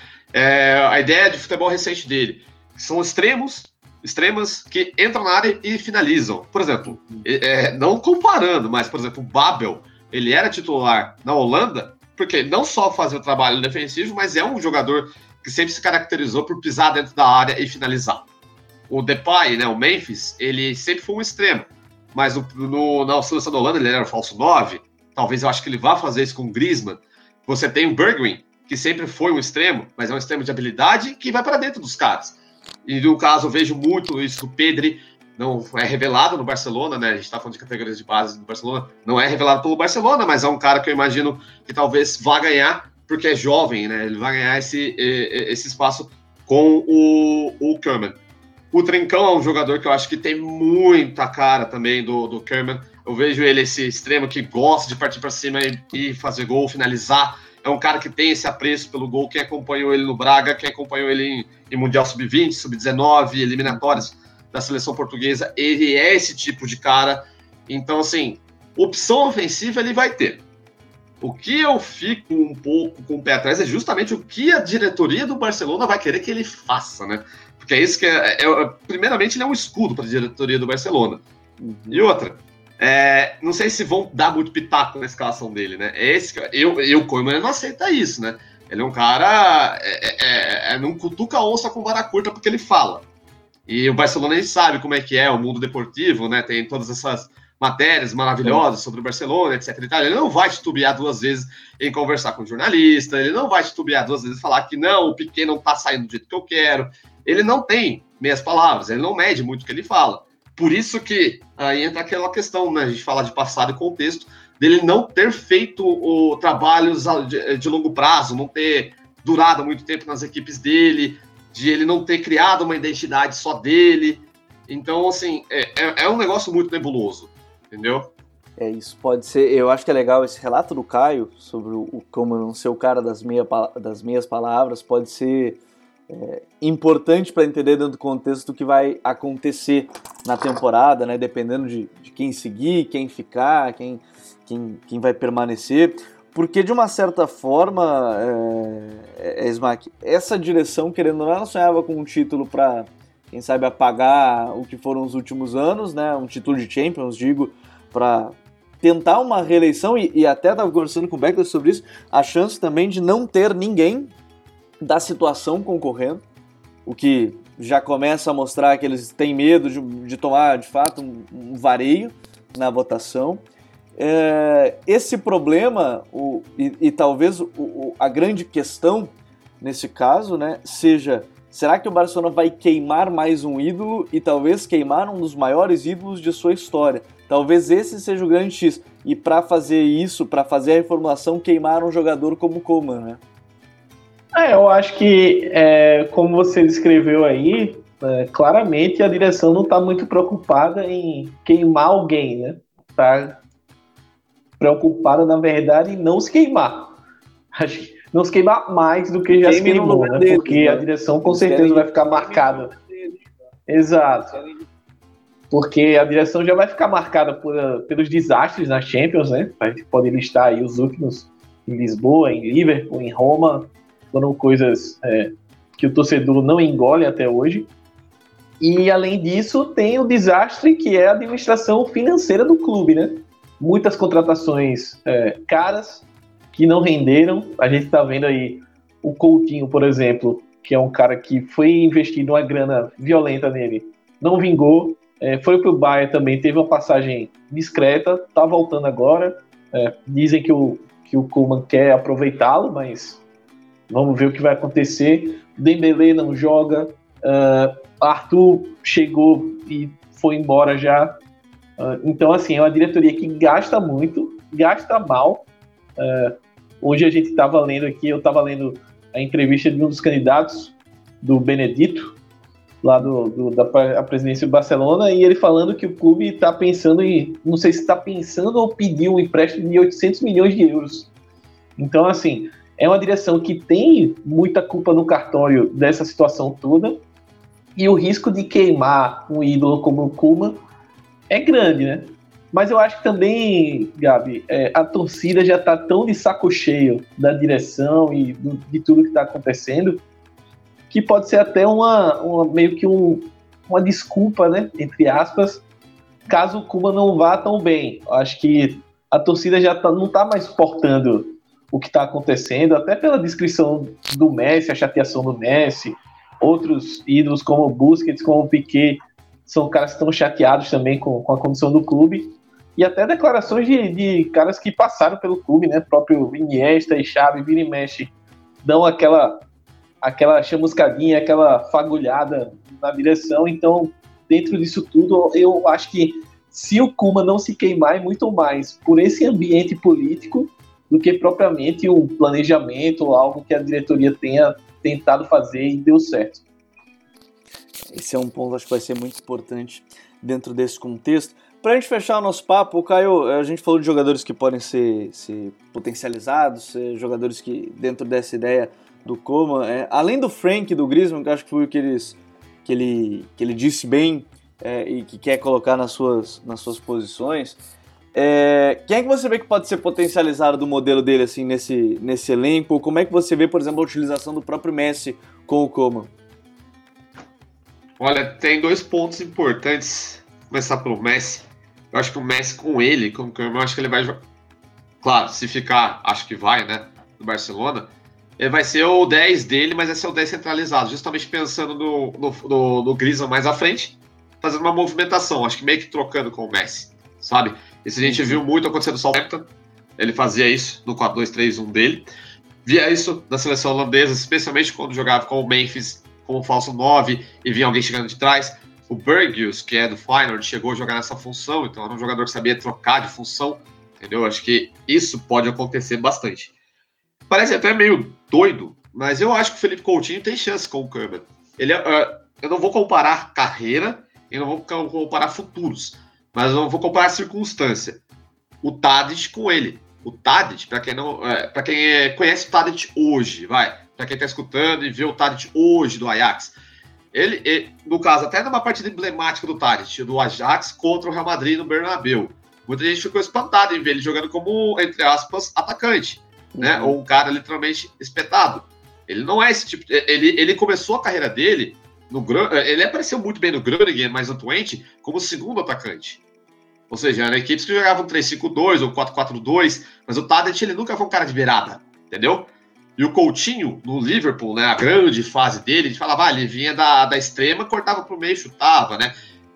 [SPEAKER 3] a ideia de futebol recente dele. São extremas que entram na área e finalizam. Por exemplo, não comparando, mas, por exemplo, o Babel, ele era titular na Holanda, porque ele não só fazia o trabalho defensivo, mas é um jogador que sempre se caracterizou por pisar dentro da área e finalizar. O Depay, né, o Memphis, ele sempre foi um extremo, mas na seleção da Holanda ele era o falso 9, talvez eu acho que ele vá fazer isso com o Griezmann. Você tem o Bergwijn, que sempre foi um extremo, mas é um extremo de habilidade que vai para dentro dos caras. E no caso, eu vejo muito isso do Pedri. não é revelado no Barcelona, né? A gente está falando de categorias de base do Barcelona, não é revelado pelo Barcelona, mas é um cara que eu imagino que talvez vá ganhar, porque é jovem, né? Ele vai ganhar esse espaço com o Koeman. O Trincão é um jogador que eu acho que tem muita cara também do Koeman. Eu vejo ele, esse extremo que gosta de partir para cima e fazer gol, finalizar. É um cara que tem esse apreço pelo gol. Quem acompanhou ele no Braga, quem acompanhou ele em Mundial Sub-20, Sub-19, eliminatórias da seleção portuguesa, ele é esse tipo de cara. Então, assim, opção ofensiva ele vai ter. O que eu fico um pouco com o pé atrás é justamente o que a diretoria do Barcelona vai querer que ele faça, né? Porque é isso que primeiramente, ele é um escudo para a diretoria do Barcelona. Uhum. E outra, não sei se vão dar muito pitaco na escalação dele, né? O Koeman não aceita isso, né? Ele é um cara... não cutuca a onça com vara curta porque ele fala. E o Barcelona, a gente sabe como é que é o mundo deportivo, né? Tem todas essas matérias maravilhosas sobre o Barcelona, etc. E tal. Ele não vai titubear 2 vezes em conversar com o jornalista, ele não vai titubear 2 vezes em falar que não, o Piqué não tá saindo do jeito que eu quero. Ele não tem meias palavras, ele não mede muito o que ele fala. Por isso que aí entra aquela questão, né? A gente fala de passado e contexto, dele não ter feito trabalhos de longo prazo, não ter durado muito tempo nas equipes dele, de ele não ter criado uma identidade só dele. Então, assim, é um negócio muito nebuloso, entendeu?
[SPEAKER 1] Isso pode ser. Eu acho que é legal esse relato do Caio sobre como não ser o cara das meias palavras, pode ser importante para entender dentro do contexto do que vai acontecer na temporada, né? Dependendo de quem seguir, quem ficar, quem vai permanecer. Porque, de uma certa forma, Smack, essa direção, querendo ou não, ela sonhava com um título para, quem sabe, apagar o que foram os últimos anos, né? Um título de Champions, digo, para tentar uma reeleição, e até estava conversando com o Beckler sobre isso, a chance também de não ter ninguém da situação concorrendo, o que já começa a mostrar que eles têm medo de tomar, de fato, um vareio na votação. Esse problema, e talvez a grande questão nesse caso, né, seja, será que o Barcelona vai queimar mais um ídolo e talvez queimar um dos maiores ídolos de sua história? Talvez esse seja o grande X. E para fazer isso, para fazer a reformulação, queimar um jogador como o Koeman, né?
[SPEAKER 2] Eu acho que, como você descreveu aí, claramente a direção não está muito preocupada em queimar alguém, né? Está preocupada, na verdade, em não se queimar. Acho que não se queimar mais do que já se queimou, né? Porque a direção com certeza vai ficar marcada. Exato. Porque a direção já vai ficar marcada pelos desastres na Champions, né? A gente pode listar aí os últimos em Lisboa, em Liverpool, em Roma. Foram coisas que o torcedor não engole até hoje. E, além disso, tem o desastre que é a administração financeira do clube, né? Muitas contratações caras que não renderam. A gente está vendo aí o Coutinho, por exemplo, que é um cara que foi investido uma grana violenta nele, não vingou. Foi para o Bayern também, teve uma passagem discreta, está voltando agora. Dizem que o Koeman quer aproveitá-lo, mas vamos ver o que vai acontecer. Dembélé não joga, Arthur chegou e foi embora já. Então, assim, é uma diretoria que gasta muito, gasta mal. Hoje a gente estava lendo aqui, eu estava lendo a entrevista de um dos candidatos, do Benedito, lá da presidência do Barcelona, e ele falando que o clube está pensando em, não sei se está pensando ou pediu um empréstimo de 800 milhões de euros. Então, assim, é uma direção que tem muita culpa no cartório dessa situação toda, e o risco de queimar um ídolo como o Koeman é grande, né? Mas eu acho que também, Gabi, a torcida já está tão de saco cheio da direção e de tudo que está acontecendo, que pode ser até meio que uma desculpa, né, entre aspas, caso o Koeman não vá tão bem. Eu acho que a torcida já não está mais suportando o que está acontecendo, até pela descrição do Messi, a chateação do Messi, outros ídolos como o Busquets, como o Piqué, são caras que estão chateados também com a condição do clube, e até declarações de caras que passaram pelo clube, né, próprio Iniesta e Xavi, vira e mexe, dão aquela chamuscadinha, aquela fagulhada na direção. Então dentro disso tudo, eu acho que se o Koeman não se queimar, é muito mais por esse ambiente político do que propriamente um planejamento ou algo que a diretoria tenha tentado fazer e deu certo.
[SPEAKER 1] Esse é um ponto que acho que vai ser muito importante dentro desse contexto. Para a gente fechar o nosso papo, Caio, a gente falou de jogadores que podem ser potencializados, jogadores que, dentro dessa ideia do Koeman, além do Frank e do Griezmann, que acho que foi o que ele disse bem e que quer colocar nas suas posições, quem é que você vê que pode ser potencializado do modelo dele assim, nesse elenco? Como é que você vê, por exemplo, a utilização do próprio Messi com o Koeman?
[SPEAKER 3] Olha, tem 2 pontos importantes. Vou começar pelo Messi. Eu acho que o Messi com ele, com o Koeman, eu acho que ele vai jogar. Claro, se ficar, acho que vai, né? No Barcelona, ele vai ser o 10 dele, mas vai ser o 10 centralizado, justamente pensando no Griezmann mais à frente, fazendo uma movimentação, acho que meio que trocando com o Messi, sabe? Isso a gente viu muito acontecer no Southampton, ele fazia isso no 4-2-3-1 dele, via isso na seleção holandesa, especialmente quando jogava com o Memphis como falso 9 e vinha alguém chegando de trás. O Berghuis, que é do Feyenoord, chegou a jogar nessa função, então era um jogador que sabia trocar de função, entendeu? Acho que isso pode acontecer bastante. Parece até meio doido, mas eu acho que o Philippe Coutinho tem chance com o Koeman. Eu não vou comparar carreira e não vou comparar futuros, mas eu vou comparar circunstância. O Tadic com ele. O Tadic, para quem conhece o Tadic hoje, para quem está escutando e vê o Tadic hoje do Ajax, ele, no caso, até numa partida emblemática do Tadic, do Ajax contra o Real Madrid no Bernabéu, muita gente ficou espantada em ver ele jogando como, entre aspas, atacante, né? Ou um cara literalmente espetado. Ele não é esse tipo. Ele começou a carreira dele ele apareceu muito bem no Groningen, mais no Twente, como segundo atacante. Ou seja, eram equipes que jogavam 3-5-2 ou 4-4-2, mas o Tadic ele nunca foi um cara de beirada, entendeu? E o Coutinho, no Liverpool, né, a grande fase dele, a gente falava, ele vinha da extrema, cortava pro meio, chutava, né?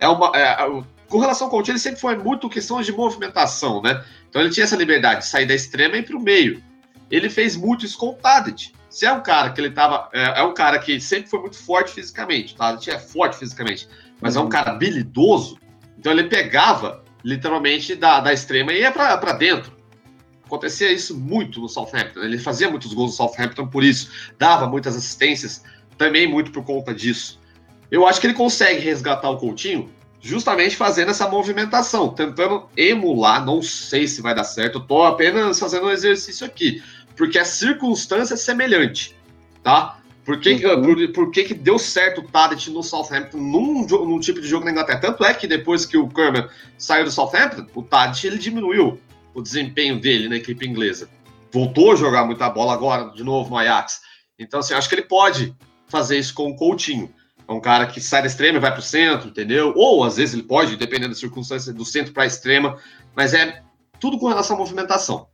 [SPEAKER 3] Com relação ao Coutinho, ele sempre foi muito questão de movimentação, né? Então ele tinha essa liberdade de sair da extrema e ir pro meio. Ele fez muito isso com o Tadic. Se é um cara que ele tava... É um cara que sempre foi muito forte fisicamente. O Tadic é forte fisicamente, mas é um cara habilidoso. Então ele pegava, literalmente, da extrema e ia pra dentro. Acontecia isso muito no Southampton. Ele fazia muitos gols no Southampton por isso. Dava muitas assistências, também muito por conta disso. Eu acho que ele consegue resgatar o Coutinho justamente fazendo essa movimentação, tentando emular, não sei se vai dar certo, eu tô apenas fazendo um exercício aqui, porque a circunstância é semelhante, tá? Por que deu certo o Tadic no Southampton num tipo de jogo na Inglaterra? Tanto é que depois que o Koeman saiu do Southampton, o Tadic ele diminuiu o desempenho dele na equipe inglesa. Voltou a jogar muita bola agora, de novo no Ajax. Então, assim, acho que ele pode fazer isso com o Coutinho. É um cara que sai da extrema e vai para o centro, entendeu? Ou, às vezes, ele pode, dependendo da circunstância, do centro para a extrema. Mas é tudo com relação à movimentação.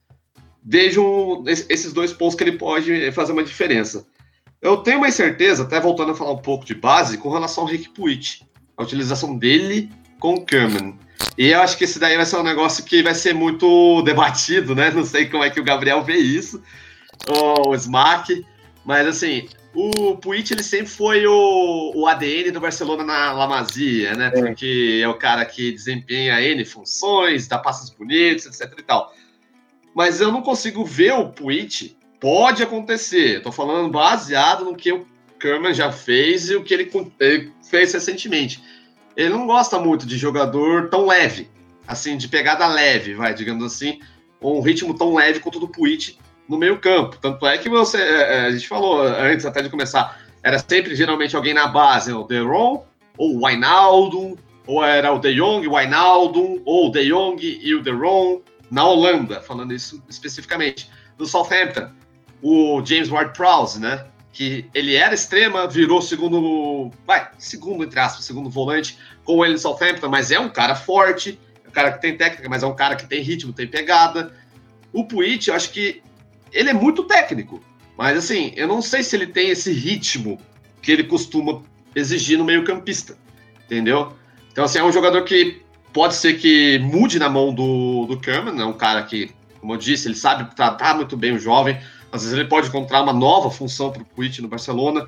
[SPEAKER 3] Vejo esses 2 pontos que ele pode fazer uma diferença. Eu tenho uma certeza, até voltando a falar um pouco de base, com relação ao Riqui Puig. A utilização dele com o Koeman. E eu acho que esse daí vai ser um negócio que vai ser muito debatido, né? Não sei como é que o Gabriel vê isso, ou o Smack, mas assim, o Puig ele sempre foi o ADN do Barcelona na La Masia, né? Porque é o cara que desempenha N funções, dá passes bonitos, etc e tal. Mas eu não consigo ver o Puig. Pode acontecer, eu tô falando baseado no que o Koeman já fez e o que ele fez recentemente. Ele não gosta muito de jogador tão leve, assim, de pegada leve, digamos assim, ou um ritmo tão leve quanto o do Puig no meio campo. Tanto é que a gente falou antes até de começar, era sempre geralmente alguém na base, o De Jong ou o Wijnaldum, ou era o De Jong, o Wijnaldum, ou o De Jong e o De Jong, na Holanda, falando isso especificamente. No Southampton, o James Ward-Prowse, né? Que ele era extrema, virou segundo, entre aspas, segundo volante com ele no Southampton, mas é um cara forte, é um cara que tem técnica, mas é um cara que tem ritmo, tem pegada. O Puig, eu acho que ele é muito técnico, mas assim, eu não sei se ele tem esse ritmo que ele costuma exigir no meio-campista, entendeu? Então, assim, é um jogador que pode ser que mude na mão do Koeman, é um cara que, como eu disse, ele sabe tratar muito bem o jovem. Às vezes ele pode encontrar uma nova função para o Puig no Barcelona,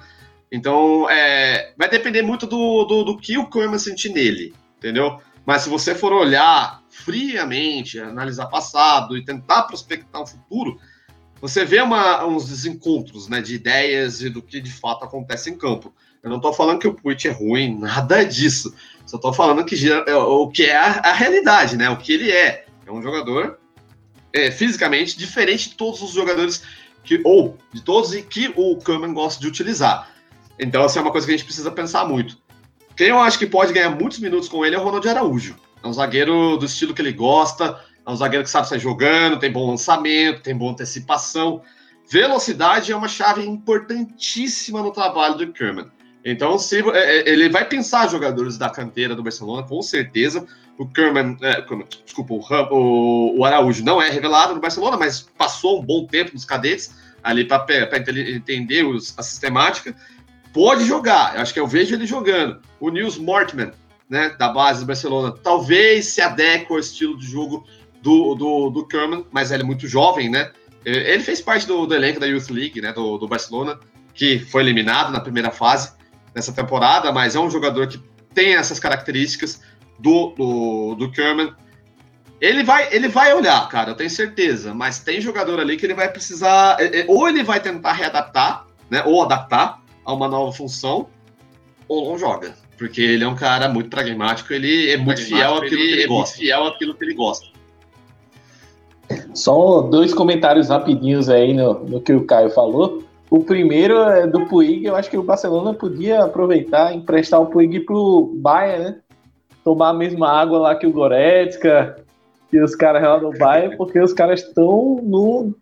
[SPEAKER 3] Então, vai depender muito do que o Koeman sentir nele, entendeu? Mas se você for olhar friamente, analisar passado e tentar prospectar um futuro, você vê uns desencontros, né, de ideias e do que de fato acontece em campo. Eu não estou falando que o Puig é ruim, nada disso. Só estou falando que o que é a realidade, né? O que ele é. É um jogador fisicamente diferente de todos os jogadores de todos e que o Koeman gosta de utilizar. Então, essa é uma coisa que a gente precisa pensar muito. Quem eu acho que pode ganhar muitos minutos com ele é o Ronald Araújo. É um zagueiro do estilo que ele gosta, é um zagueiro que sabe sair jogando, tem bom lançamento, tem boa antecipação. Velocidade é uma chave importantíssima no trabalho do Koeman. Então, ele vai pensar jogadores da canteira do Barcelona, com certeza. O Araújo não é revelado no Barcelona, mas passou um bom tempo nos cadetes, ali para entender a sistemática. Pode jogar, acho que eu vejo ele jogando. O Nils Mortman, né, da base do Barcelona, talvez se adeque ao estilo de jogo do Koeman, mas ele é muito jovem, né? Ele fez parte do elenco da Youth League, né, do Barcelona, que foi eliminado na primeira fase nessa temporada, mas é um jogador que tem essas características do Koeman. Ele vai olhar, cara, eu tenho certeza, mas tem jogador ali que ele vai precisar, ou ele vai tentar readaptar, né, ou adaptar a uma nova função, ou não joga, porque ele é um cara muito pragmático, ele é muito fiel àquilo que ele gosta.
[SPEAKER 2] Só 2 comentários rapidinhos aí no que o Caio falou. O primeiro é do Puig. Eu acho que o Barcelona podia aproveitar e emprestar o Puig pro Bayern, né? Tomar a mesma água lá que o Goretzka e os caras lá do Bayern, porque os caras estão no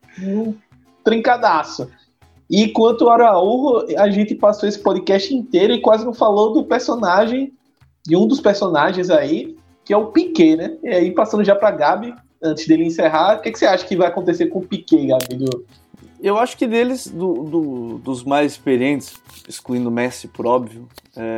[SPEAKER 2] trincadaço. E quanto ao Araújo, a gente passou esse podcast inteiro e quase não falou do personagem, de um dos personagens aí, que é o Piqué, né? E aí, passando já pra Gabi, antes dele encerrar, o que você acha que vai acontecer com o Piqué, Gabi?
[SPEAKER 1] Eu acho que deles, dos mais experientes, excluindo o Messi, por óbvio,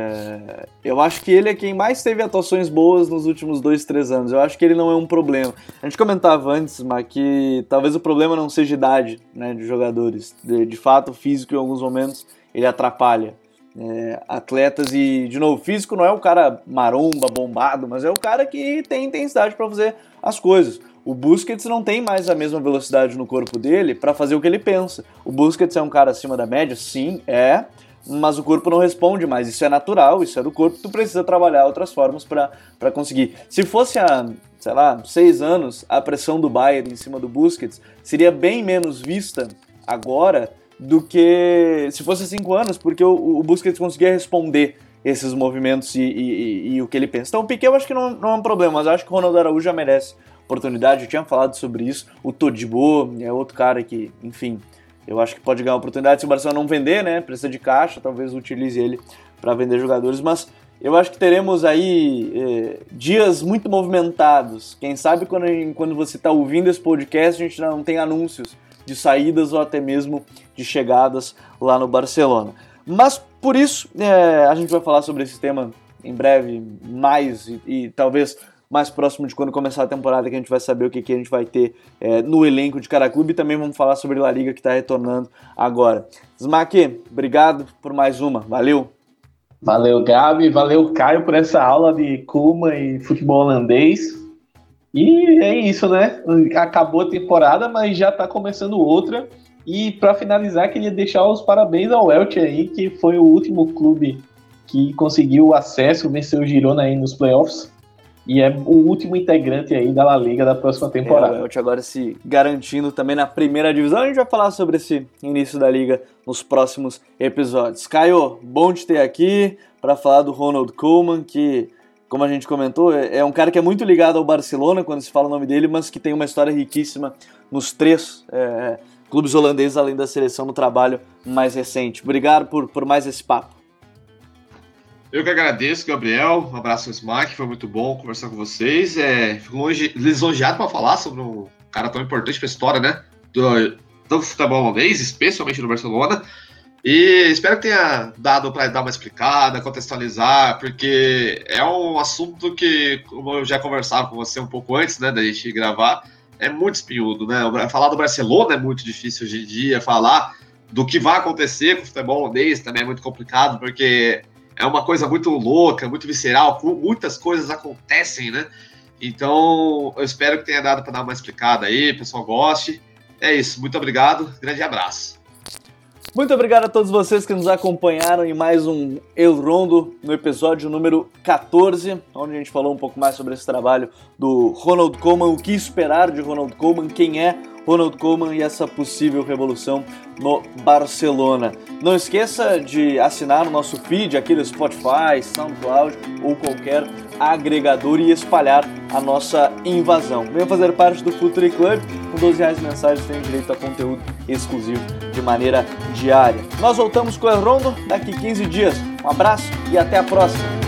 [SPEAKER 1] eu acho que ele é quem mais teve atuações boas nos últimos 2-3 anos. Eu acho que ele não é um problema. A gente comentava antes, mas que talvez o problema não seja idade, né, de jogadores. De fato, o físico, em alguns momentos, ele atrapalha atletas. E, de novo, o físico não é o cara maromba, bombado, mas é o cara que tem intensidade para fazer as coisas. O Busquets não tem mais a mesma velocidade no corpo dele para fazer o que ele pensa. O Busquets é um cara acima da média? Sim, mas o corpo não responde mais. Isso é natural, isso é do corpo, tu precisa trabalhar outras formas para conseguir. Se fosse há, 6 anos, a pressão do Bayern em cima do Busquets seria bem menos vista agora do que se fosse 5 anos, porque o Busquets conseguia responder esses movimentos e o que ele pensa. Então o Piqué eu acho que não é um problema, mas eu acho que o Ronald Araújo já merece oportunidade. Eu tinha falado sobre isso. O Todibo é outro cara que, enfim, eu acho que pode ganhar oportunidade se o Barcelona não vender, né? Precisa de caixa, talvez utilize ele para vender jogadores, mas eu acho que teremos aí dias muito movimentados. Quem sabe quando você está ouvindo esse podcast a gente não tem anúncios de saídas ou até mesmo de chegadas lá no Barcelona. Mas por isso a gente vai falar sobre esse tema em breve mais e talvez mais próximo de quando começar a temporada, que a gente vai saber o que a gente vai ter no elenco de cada clube. E também vamos falar sobre La Liga, que está retornando agora. Smack, obrigado por mais uma. Valeu!
[SPEAKER 2] Valeu, Gabi. Valeu, Caio, por essa aula de Koeman e futebol holandês. E é isso, né? Acabou a temporada, mas já está começando outra. E para finalizar, queria deixar os parabéns ao Elche aí, que foi o último clube que conseguiu o acesso, venceu o Girona aí nos playoffs. E é o último integrante aí da La Liga da próxima temporada.
[SPEAKER 1] O Elche agora se garantindo também na primeira divisão. A gente vai falar sobre esse início da Liga nos próximos episódios. Caio, bom te ter aqui para falar do Ronald Koeman, que, como a gente comentou, é um cara que é muito ligado ao Barcelona quando se fala o nome dele, mas que tem uma história riquíssima nos 3 clubes holandeses, além da seleção, no trabalho mais recente. Obrigado por mais esse papo.
[SPEAKER 3] Eu que agradeço, Gabriel. Um abraço ao Smack, foi muito bom conversar com vocês. Fico lisonjeado para falar sobre um cara tão importante para a história, né? Do futebol holandês, especialmente do Barcelona. E espero que tenha dado para dar uma explicada, contextualizar, porque é um assunto que, como eu já conversava com você um pouco antes, né, da gente gravar, é muito espinhudo, né? Falar do Barcelona é muito difícil hoje em dia, falar do que vai acontecer com o futebol holandês também é muito complicado, porque é uma coisa muito louca, muito visceral, muitas coisas acontecem, né? Então, eu espero que tenha dado para dar uma explicada aí, o pessoal goste. É isso, muito obrigado, grande abraço.
[SPEAKER 1] Muito obrigado a todos vocês que nos acompanharam em mais um El Rondo, no episódio número 14, onde a gente falou um pouco mais sobre esse trabalho do Ronald Koeman, o que esperar de Ronald Koeman, quem é Ronald Koeman e essa possível revolução no Barcelona. Não esqueça de assinar o nosso feed aqui no Spotify, SoundCloud ou qualquer agregador e espalhar a nossa invasão. Venha fazer parte do Futuri Club, com R$12 mensais você tem direito a conteúdo exclusivo de maneira diária. Nós voltamos com o El Rondo daqui 15 dias. Um abraço e até a próxima!